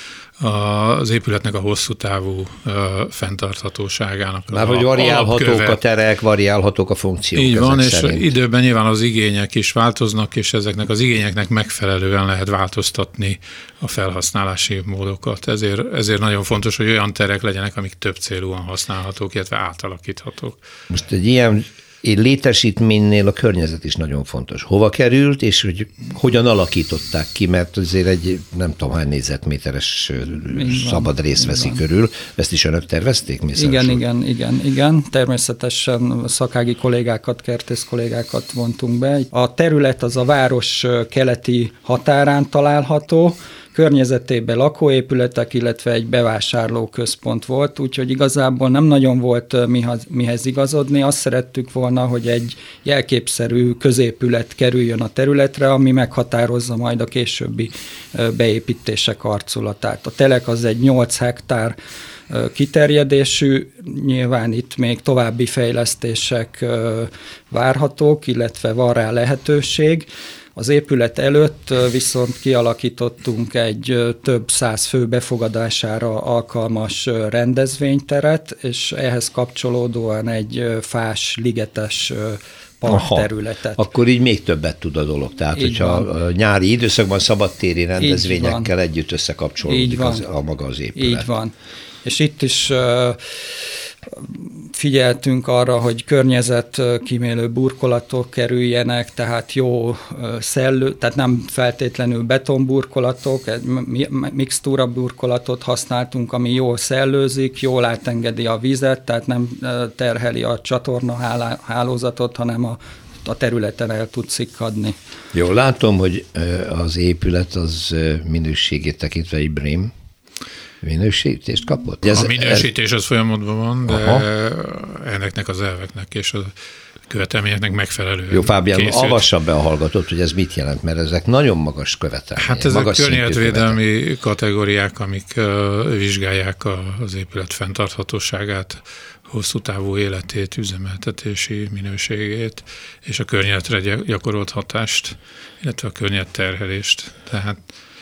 az épületnek a hosszú távú fenntarthatóságának. Már hogy variálhatók a terek, variálhatók a funkciók. Így van, és szerint. Időben nyilván az igények is változnak, és ezeknek az igényeknek megfelelően lehet változtatni a felhasználási módokat. Ezért nagyon fontos, hogy olyan terek legyenek, amik több célúan használhatók, illetve átalakíthatók. Most egy ilyen létesítménynél a környezet is nagyon fontos. Hova került, és hogy hogyan alakították ki, mert azért egy nem tudom hány négyzetméteres szabad rész veszi körül. Ezt is önök tervezték? Igen. Természetesen szakági kollégákat, kertész kollégákat vontunk be. A terület az a város keleti határán található, környezetében lakóépületek, illetve egy bevásárlóközpont volt, úgyhogy igazából nem nagyon volt mihez igazodni. Azt szerettük volna, hogy egy jelképszerű középület kerüljön a területre, ami meghatározza majd a későbbi beépítések arculatát. A telek az egy 8 hektár kiterjedésű, nyilván itt még további fejlesztések várhatók, illetve van rá lehetőség. Az épület előtt viszont kialakítottunk egy több 100 fő befogadására alkalmas rendezvényteret, és ehhez kapcsolódóan egy fás, ligetes parkterületet. Akkor így még többet tud a dolog. Tehát, hogyha a nyári időszakban szabadtéri rendezvényekkel együtt összekapcsolódik maga az épület. Így van. És itt is figyeltünk arra, hogy környezetkímélő burkolatok kerüljenek, tehát jó tehát nem feltétlenül betonburkolatok, mixtúra burkolatot használtunk, ami jól szellőzik, jól átengedi a vizet, tehát nem terheli a csatorna hálózatot, hanem a a területen el tud szikkadni. Jó, látom, hogy az épület az minőségét tekintve Ibrahim minősítést kapott? A minősítés az folyamatban van, de ennek az elveknek és a követelményeknek megfelelő. Jó, Fábián, avassa be a hallgatót, hogy ez mit jelent, mert ezek nagyon magas követelmények. Hát ezek környezetvédelmi kategóriák, amik vizsgálják az épület fenntarthatóságát, hosszú távú életét, üzemeltetési minőségét, és a környezetre gyakorolt hatást, illetve a környezetterhelést. Tehát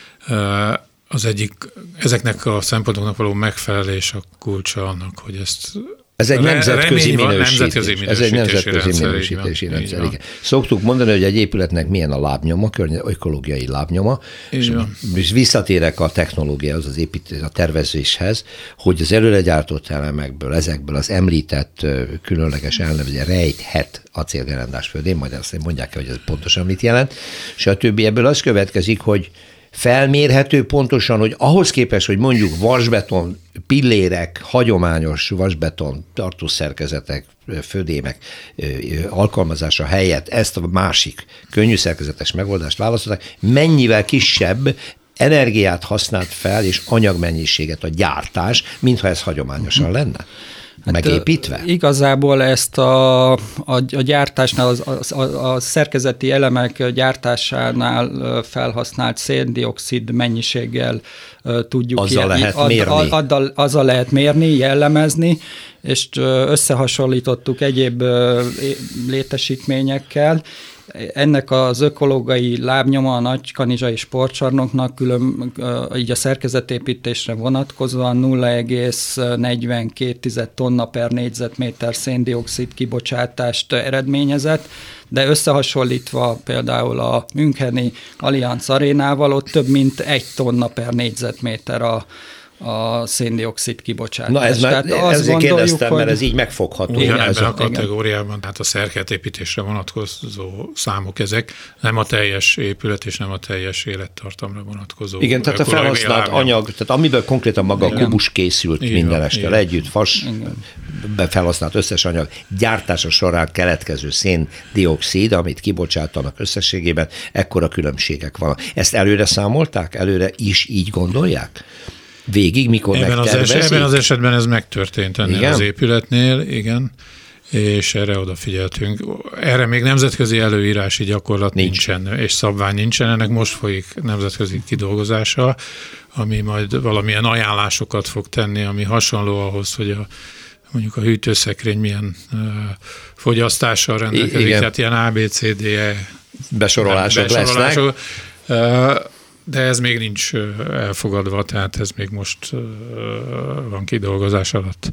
ezeknek a szempontoknak való megfelelés a kulcsa annak, hogy ezt ez egy nemzetközi minősítés. Ez egy nemzetközi minősítési rendszer. Igen. Szoktuk mondani, hogy egy épületnek milyen a lábnyoma, ökológiai lábnyoma, és visszatérek a technológiához, az építés, a tervezéshez, hogy az előre gyártott elemekből, ezekből az említett különleges elnevezés, rejthet acélgerendás földén, majd azt mondják el, hogy ez pontosan mit jelent, és a többi ebből az következik, hogy felmérhető pontosan, hogy ahhoz képest, hogy mondjuk vasbeton, pillérek, hagyományos vasbeton tartószerkezetek, födémek alkalmazása helyett ezt a másik könnyű szerkezetes megoldást választották, mennyivel kisebb energiát használt fel és anyagmennyiséget a gyártás, mintha ez hagyományosan lenne? Megépítve? Igazából ezt a gyártásnál, a szerkezeti elemek gyártásánál felhasznált széndioxid mennyiséggel tudjuk azzal lehet mérni, jellemezni, és összehasonlítottuk egyéb létesítményekkel. Ennek az ökológiai lábnyoma a Nagykanizsai sportcsarnoknak így a szerkezetépítésre vonatkozóan 0,42 tonna per négyzetméter széndioxid kibocsátást eredményezett, de összehasonlítva például a müncheni Allianz Arénával ott több mint 1 tonna per négyzetméter a széndioxid kibocsátás. Na ez már, ezért kérdeztem, mert ez így megfogható. Igen, ebben a kategóriában, tehát a szerkezetépítésre vonatkozó számok ezek, nem a teljes épület és nem a teljes élettartamra vonatkozó. Igen, tehát a felhasznált anyag, tehát amiből konkrétan maga a kubus készült minden este együtt, fas, felhasznált összes anyag, gyártása során keletkező széndioxid, amit kibocsátanak összességében, ekkora különbségek van. Ezt előre számolták? Előre is így gondolják? Végig, mikor megtervezik? Ebben az esetben ez megtörtént ennél az épületnél, igen, és erre odafigyeltünk. Erre még nemzetközi előírási gyakorlat nincsen, és szabvány nincsen, ennek most folyik nemzetközi kidolgozása, ami majd valamilyen ajánlásokat fog tenni, ami hasonló ahhoz, hogy mondjuk a hűtőszekrény milyen fogyasztással rendelkezik, tehát ilyen ABCDE besorolások lesznek. De ez még nincs elfogadva, tehát ez még most van kidolgozás alatt.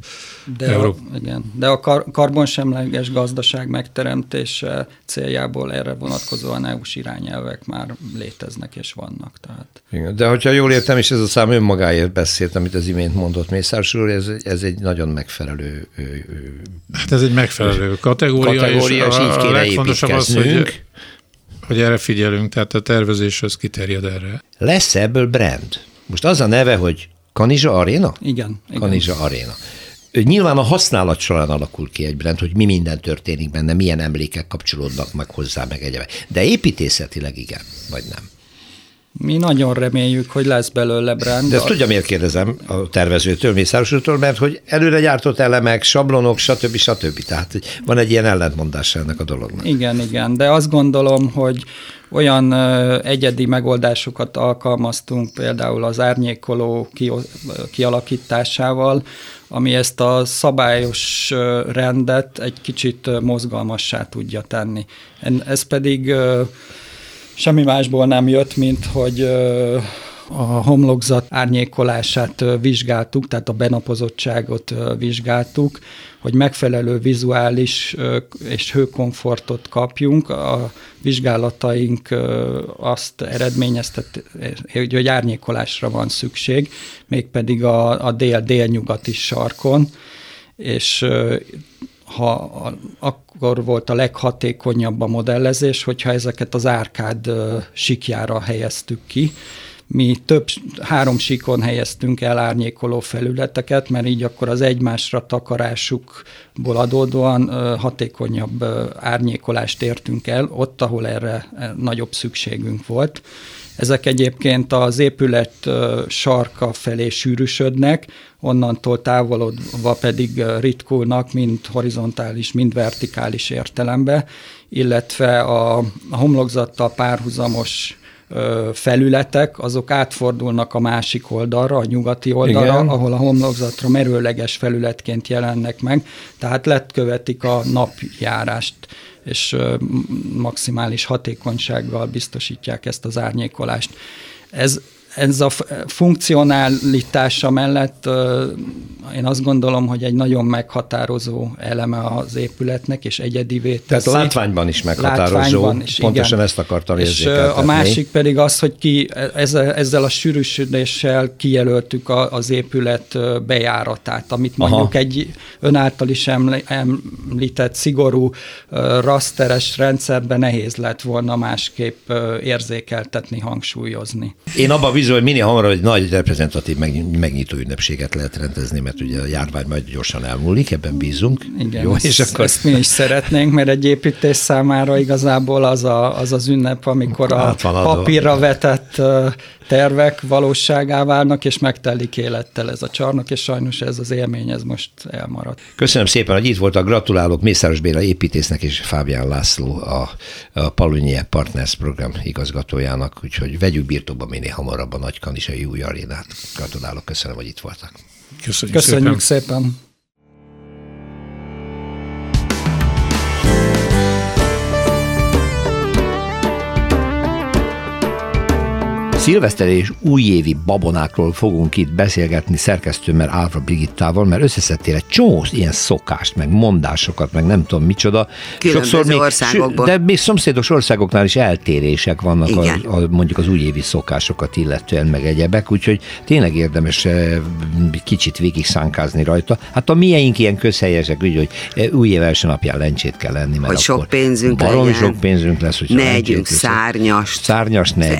De a karbonsemleges gazdaság megteremtése céljából erre vonatkozóan EU-s irányelvek már léteznek és vannak. Tehát. Igen, de hogyha jól értem, és ez a szám önmagáért beszélt, amit az imént mondott Mészáros úr, ez egy nagyon megfelelő hát ez egy megfelelő kategória és így kéne legfontosabb az, hogy erre figyelünk, tehát a tervezés az kiterjed erre. Lesz ebből brand? Most az a neve, hogy Kanizsa Aréna? Igen. Kanizsa Aréna. Nyilván a használat során alakul ki egy brand, hogy mi minden történik benne, milyen emlékek kapcsolódnak meg hozzá, meg egyebek. De építészetileg igen, vagy nem? Mi nagyon reméljük, hogy lesz belőle brand. De ezt tudja, miért kérdezem a tervezőtől, Mészáros úrtól, mert hogy előre gyártott elemek, sablonok, stb. Tehát van egy ilyen ellentmondása ennek a dolognak. Igen, de azt gondolom, hogy olyan egyedi megoldásokat alkalmaztunk, például az árnyékoló kialakításával, ami ezt a szabályos rendet egy kicsit mozgalmassá tudja tenni. Ez pedig semmi másból nem jött, mint hogy a homlokzat árnyékolását vizsgáltuk, tehát a benapozottságot vizsgáltuk, hogy megfelelő vizuális és hőkomfortot kapjunk. A vizsgálataink azt eredményeztet, hogy árnyékolásra van szükség, mégpedig a délnyugati sarkon, és akkor volt a leghatékonyabb a modellezés, hogyha ezeket az árkád sikjára helyeztük ki, mi 3 síkon helyeztünk el árnyékoló felületeket, mert így akkor az egymásra takarásukból adódóan hatékonyabb árnyékolást értünk el, ott, ahol erre nagyobb szükségünk volt. Ezek egyébként az épület sarka felé sűrűsödnek, onnantól távolodva pedig ritkulnak, mind horizontális, mind vertikális értelemben, illetve a homlokzattal párhuzamos felületek, azok átfordulnak a másik oldalra, a nyugati oldalra, igen, ahol a homlokzatra merőleges felületként jelennek meg, tehát letkövetik a napjárást, és maximális hatékonysággal biztosítják ezt az árnyékolást. Ez a funkcionalitása mellett én azt gondolom, hogy egy nagyon meghatározó eleme az épületnek, és egyedivé teszi. Tehát látványban is meghatározó, látványban is, pontosan igen. Ezt akartam érzékeltetni. És a másik pedig az, hogy ezzel a sűrűsödéssel kijelöltük az épület bejáratát, amit mondjuk egy ön által is említett szigorú rasteres rendszerben nehéz lett volna másképp érzékeltetni, hangsúlyozni. Én abban bízom, hogy minél hamarabb egy nagy reprezentatív megnyitó ünnepséget lehet rendezni, mert ugye a járvány majd gyorsan elmúlik, ebben bízunk. Igen, jó, és akkor ezt mi is szeretnénk, mert egy építés számára igazából az ünnep, amikor a papírra vetett tervek valóságá válnak, és megtelik élettel ez a csarnok, és sajnos ez az élmény, ez most elmaradt. Köszönöm szépen, hogy itt voltak, gratulálok Mészáros Béla építésznek és Fábián László a Palunye Partners program igazgatójának, úgyhogy vegyük birtokba minél hamarabb a Nagykanizsai új arénát. Gratulálok, köszönöm, hogy itt voltak. Köszönjük szépen. Szilveszter és újévi babonákról fogunk itt beszélgetni szerkesztőmmel, Árva Brigittával, mert összeszedtél egy csomó ilyen szokást, meg mondásokat, meg nem tudom micsoda. Különböző országokból. De még szomszédos országoknál is eltérések vannak mondjuk az újévi szokásokat illetően, meg egyebek, úgyhogy tényleg érdemes kicsit végig szánkázni rajta. Hát a mieink ilyen közhelyesek, úgy, hogy új év első napján lencsét kell lenni, mert hogy sok pénzünk legyen. Sok pénzünk lesz, hogy ne együnk szárnyast, ne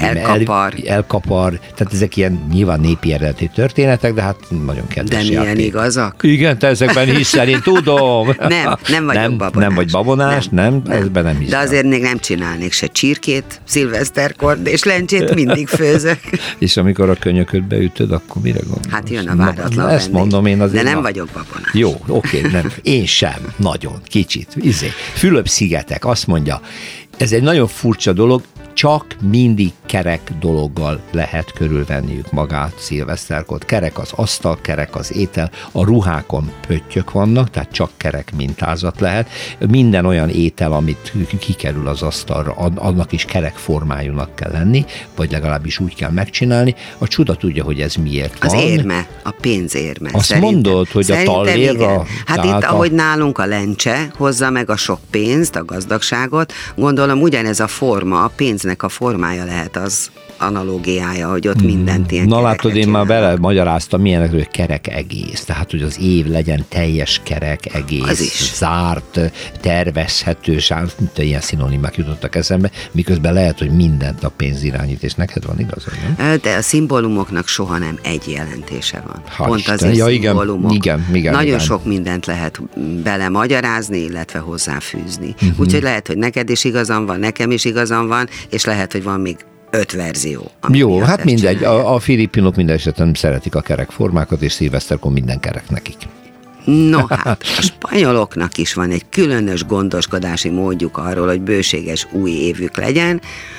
elkapar, tehát ezek ilyen nyilván népi eredeti történetek, de hát nagyon kedves játék. De milyen igazak? Igen, te ezekben hiszel, én tudom. Nem vagyok babonás. Nem vagy babonás, nem. Ezben nem hiszem. De azért még nem csinálnék se csirkét, szilveszterkor, és lencsét mindig főzök. És amikor a könyököt beütöd, akkor mire gondolsz? Hát jön a váratlan vendég. Ezt mondom én azért. De nem vagyok babonás. Jó, oké, nem. Én sem. Nagyon, kicsit. Fülöp-szigetek azt mondja, ez egy nagyon furcsa dolog, csak mindig kerek dologgal lehet körülvenniük magát szilveszterkor. Kerek az asztal, kerek az étel, a ruhákon pöttyök vannak, tehát csak kerek mintázat lehet. Minden olyan étel, amit kikerül az asztalra, annak is kerek formájúnak kell lenni, vagy legalábbis úgy kell megcsinálni. A csuda tudja, hogy ez miért van. Az érme, a pénzérme. Azt szerintem, mondod, hogy a tallérra... Hát itt, ahogy nálunk a lencse hozza meg a sok pénzt, a gazdagságot, gondolom ugyanez a forma, a pénznek a formája lehet az analógiája, hogy ott mindent ilyen na látod, én már bele magyaráztam, milyenek, hogy kerek egész. Tehát, hogy az év legyen teljes kerek egész, zárt, tervezhető, ilyen szinonimák jutottak eszembe, miközben lehet, hogy mindent a pénz irányít, és neked van igazad, nem? De a szimbólumoknak soha nem egy jelentése van. Pont azért szimbólumok. Igen, nagyon sok mindent lehet belemagyarázni, illetve hozzáfűzni. Úgyhogy lehet, hogy neked is igazam van, nekem is igazam van, és lehet, hogy van még 5 verzió. Jó, hát mindegy. A filipinok minden esetben szeretik a kerek formákat, és szilveszterkor minden kerek nekik. No hát, a spanyoloknak is van egy különös gondoskodási módjuk arról, hogy bőséges új évük legyen.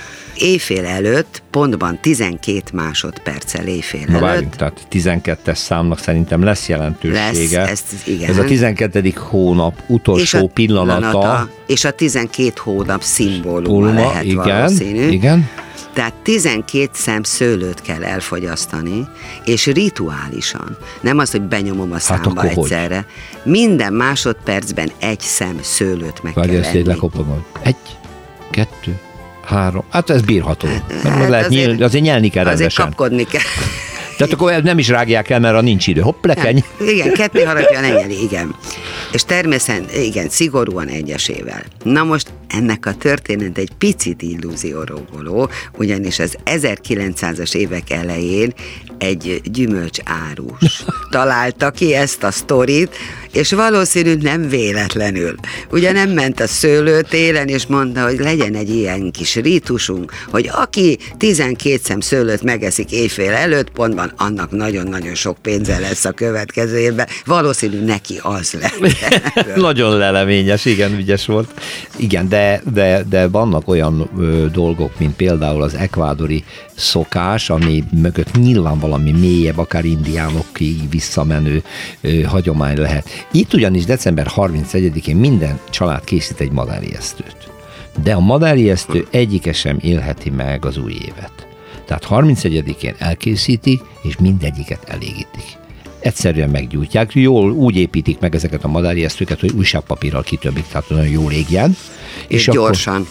Éjfél előtt, pontban 12 másodperccel éjfél előtt. Várjunk, tehát 12-es számnak szerintem lesz jelentősége. Igen. Ez a 12. hónap utolsó pillanata. És a 12 hónap szimbóluma lehet, igen, valószínű. Igen. Tehát 12 szem szőlőt kell elfogyasztani, és rituálisan. Nem az, hogy benyomom a számba egyszerre. Hogy? Minden másodpercben 1 szem szőlőt meg kell enni. Lekopogom. 1, 2, 3. Hát ez bírható. Hát azért nyelni kell rendesen. Azért kapkodni kell. Tehát akkor nem is rágják el, mert nincs idő. Hopp, lekeny. Igen, 2 harapja lenyeli, igen. És természetesen, igen, szigorúan egyesével. Na most ennek a történet egy picit illúzióromboló, ugyanis az 1900-as évek elején egy gyümölcsárus találta ki ezt a sztorit, és valószínű nem véletlenül. Ugye nem ment a szőlőtélen, és mondta, hogy legyen egy ilyen kis rítusunk, hogy aki 12 szem szőlőt megeszik éjfél előtt, pontban annak nagyon-nagyon sok pénze lesz a következő évben. Valószínű neki az lett. Nagyon leleményes, igen, ügyes volt. Igen, de vannak olyan dolgok, mint például az ekvádori szokás, ami mögött nyilván valami mélyebb, akár indiánokig visszamenő hagyomány lehet. Itt ugyanis december 31-én minden család készít egy madárijesztőt. De a madárijesztő egyike sem élheti meg az új évet. Tehát 31-én elkészítik, és mindegyiket elégítik. Egyszerűen meggyújtják, jól úgy építik meg ezeket a madárijesztőket, hogy újságpapírral kitömik, tehát nagyon jól égjen. És gyorsan.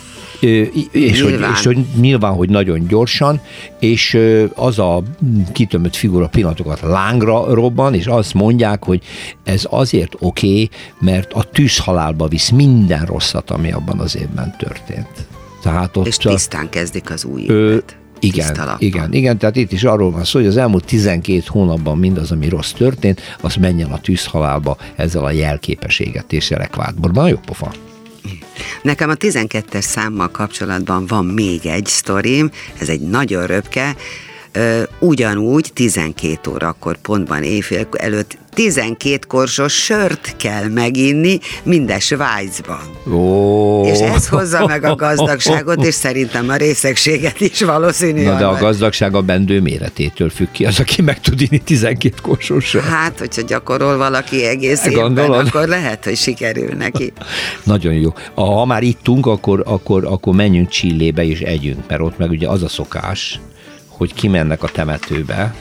Hogy nyilván, hogy nagyon gyorsan, és az a kitömött figura pillanatokat lángra robban, és azt mondják, hogy ez azért oké, mert a tűzhalálba visz minden rosszat, ami abban az évben történt. Tehát ott és tisztán kezdik az új évet. Igen, tehát itt is arról van szó, hogy az elmúlt 12 hónapban mindaz, ami rossz történt, az menjen a tűzhalálba ezzel a jelképességetéssel Ekvádorban. Jó pofa. Nekem a 12-es számmal kapcsolatban van még egy sztorim, ez egy nagyon röpke, ugyanúgy 12 órakor pontban éjfél előtt 12 korsos sört kell meginni minden Svájcban. És ez hozza meg a gazdagságot, és szerintem a részegséget is valószínűleg. Na de a gazdagság a bendő méretétől függ ki, az, aki meg tud inni 12 korsos sört. Hát, hogyha gyakorol valaki egész évben, akkor lehet, hogy sikerül neki. Nagyon jó. Ha már ittunk, akkor menjünk Chilébe és együnk, mert ott meg ugye az a szokás, hogy kimennek a temetőbe.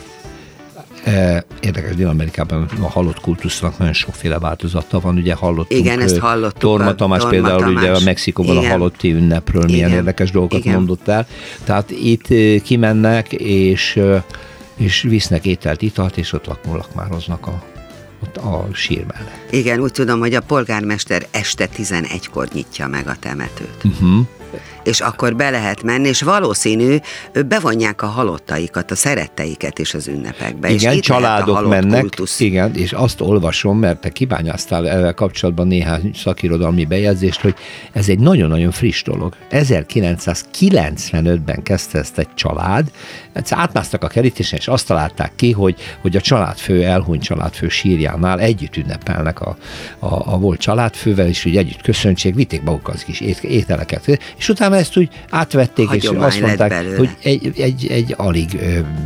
Érdekes, Dél-Amerikában a halott kultusznak nagyon sokféle változata van, ugye hallottunk. Igen, ezt hallottuk. Torma Tamás például ugye a Mexikóban igen. A halotti ünnepről milyen érdekes dolgokat mondott el. Tehát itt kimennek, és visznek ételt, italt, és ott lakmároznak a sír mellett. Igen, úgy tudom, hogy a polgármester este 11-kor nyitja meg a temetőt. És akkor be lehet menni, és valószínű, bevonják a halottaikat, a szeretteiket is az ünnepekbe. Igen, és családok mennek, kultusz. Igen, és azt olvasom, mert te kibányáztál ezzel kapcsolatban néhány szakirodalmi bejegyzést, hogy ez egy nagyon-nagyon friss dolog. 1995-ben kezdte ezt egy család, átmásztak a kerítésen, és azt találták ki, hogy a családfő, elhunyt családfő sírjánál együtt ünnepelnek a volt családfővel, és úgy együtt köszöntsék, vitték magukkal az kis ételeket, és utána ezt úgy átvették, hagyomány, és azt mondták, hogy egy alig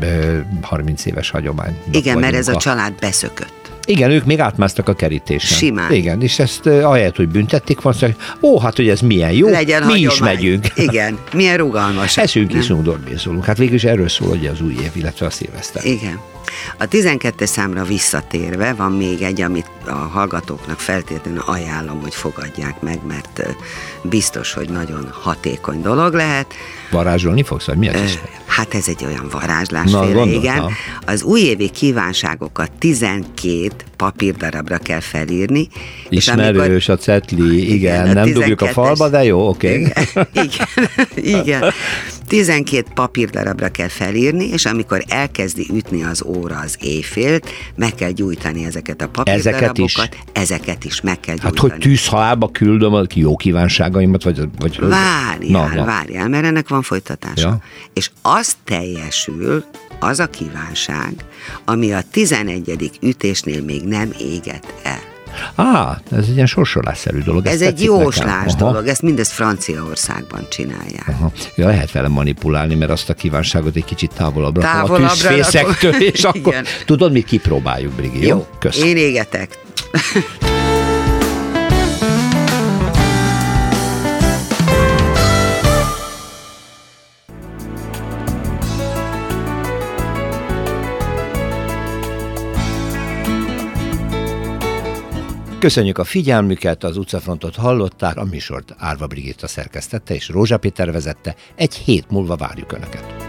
30 éves hagyomány. Igen, mert ez a család beszökött. Igen, ők még átmásztak a kerítésen. Simán. Igen, és ezt ahelyett, hogy büntették, van, hát, hogy ez milyen jó, legyen mi hagyomány. Is megyünk. Igen, milyen rugalmas. Eszünk, iszunk, dorbézolunk. Hát végül is erről szól, hogy az új év, illetve a szilveszter. Igen. A 12-es számra visszatérve van még egy, amit a hallgatóknak feltétlenül ajánlom, hogy fogadják meg, mert biztos, hogy nagyon hatékony dolog lehet. Varázsolni fogsz, vagy mi az? Hát ez egy olyan varázslásféle, igen. Az újévi kívánságokat 12 papírdarabra kell felírni. Ismerős a cetli, igen, nem dugjuk a falba, de jó, oké. Igen. 12 papírdarabra kell felírni, és amikor elkezdi ütni az óra az éjfélt, meg kell gyújtani ezeket a papírdarabokat. Ezeket is meg kell gyújtani. Hát, hogy tűzhalálba küldöm a jó kívánságaimat, vagy Várjál, mert ennek van folytatása. Ja. És az teljesül, az a kívánság, ami a 11. ütésnél még nem égett el. Ez egy ilyen sorsolásszerű dolog. Ez egy jóslás dolog, ezt mindezt Franciaországban csinálják. Ja, lehet vele manipulálni, mert azt a kívánságot egy kicsit távolabb rakom a tűzfészektől, és akkor tudod, mit kipróbáljuk, Brigi, jó? Köszönöm. Én égetek. Köszönjük a figyelmüket, az utcafrontot hallották, a műsort Árva Brigitta szerkesztette és Rózsa Péter vezette. Egy hét múlva várjuk Önöket.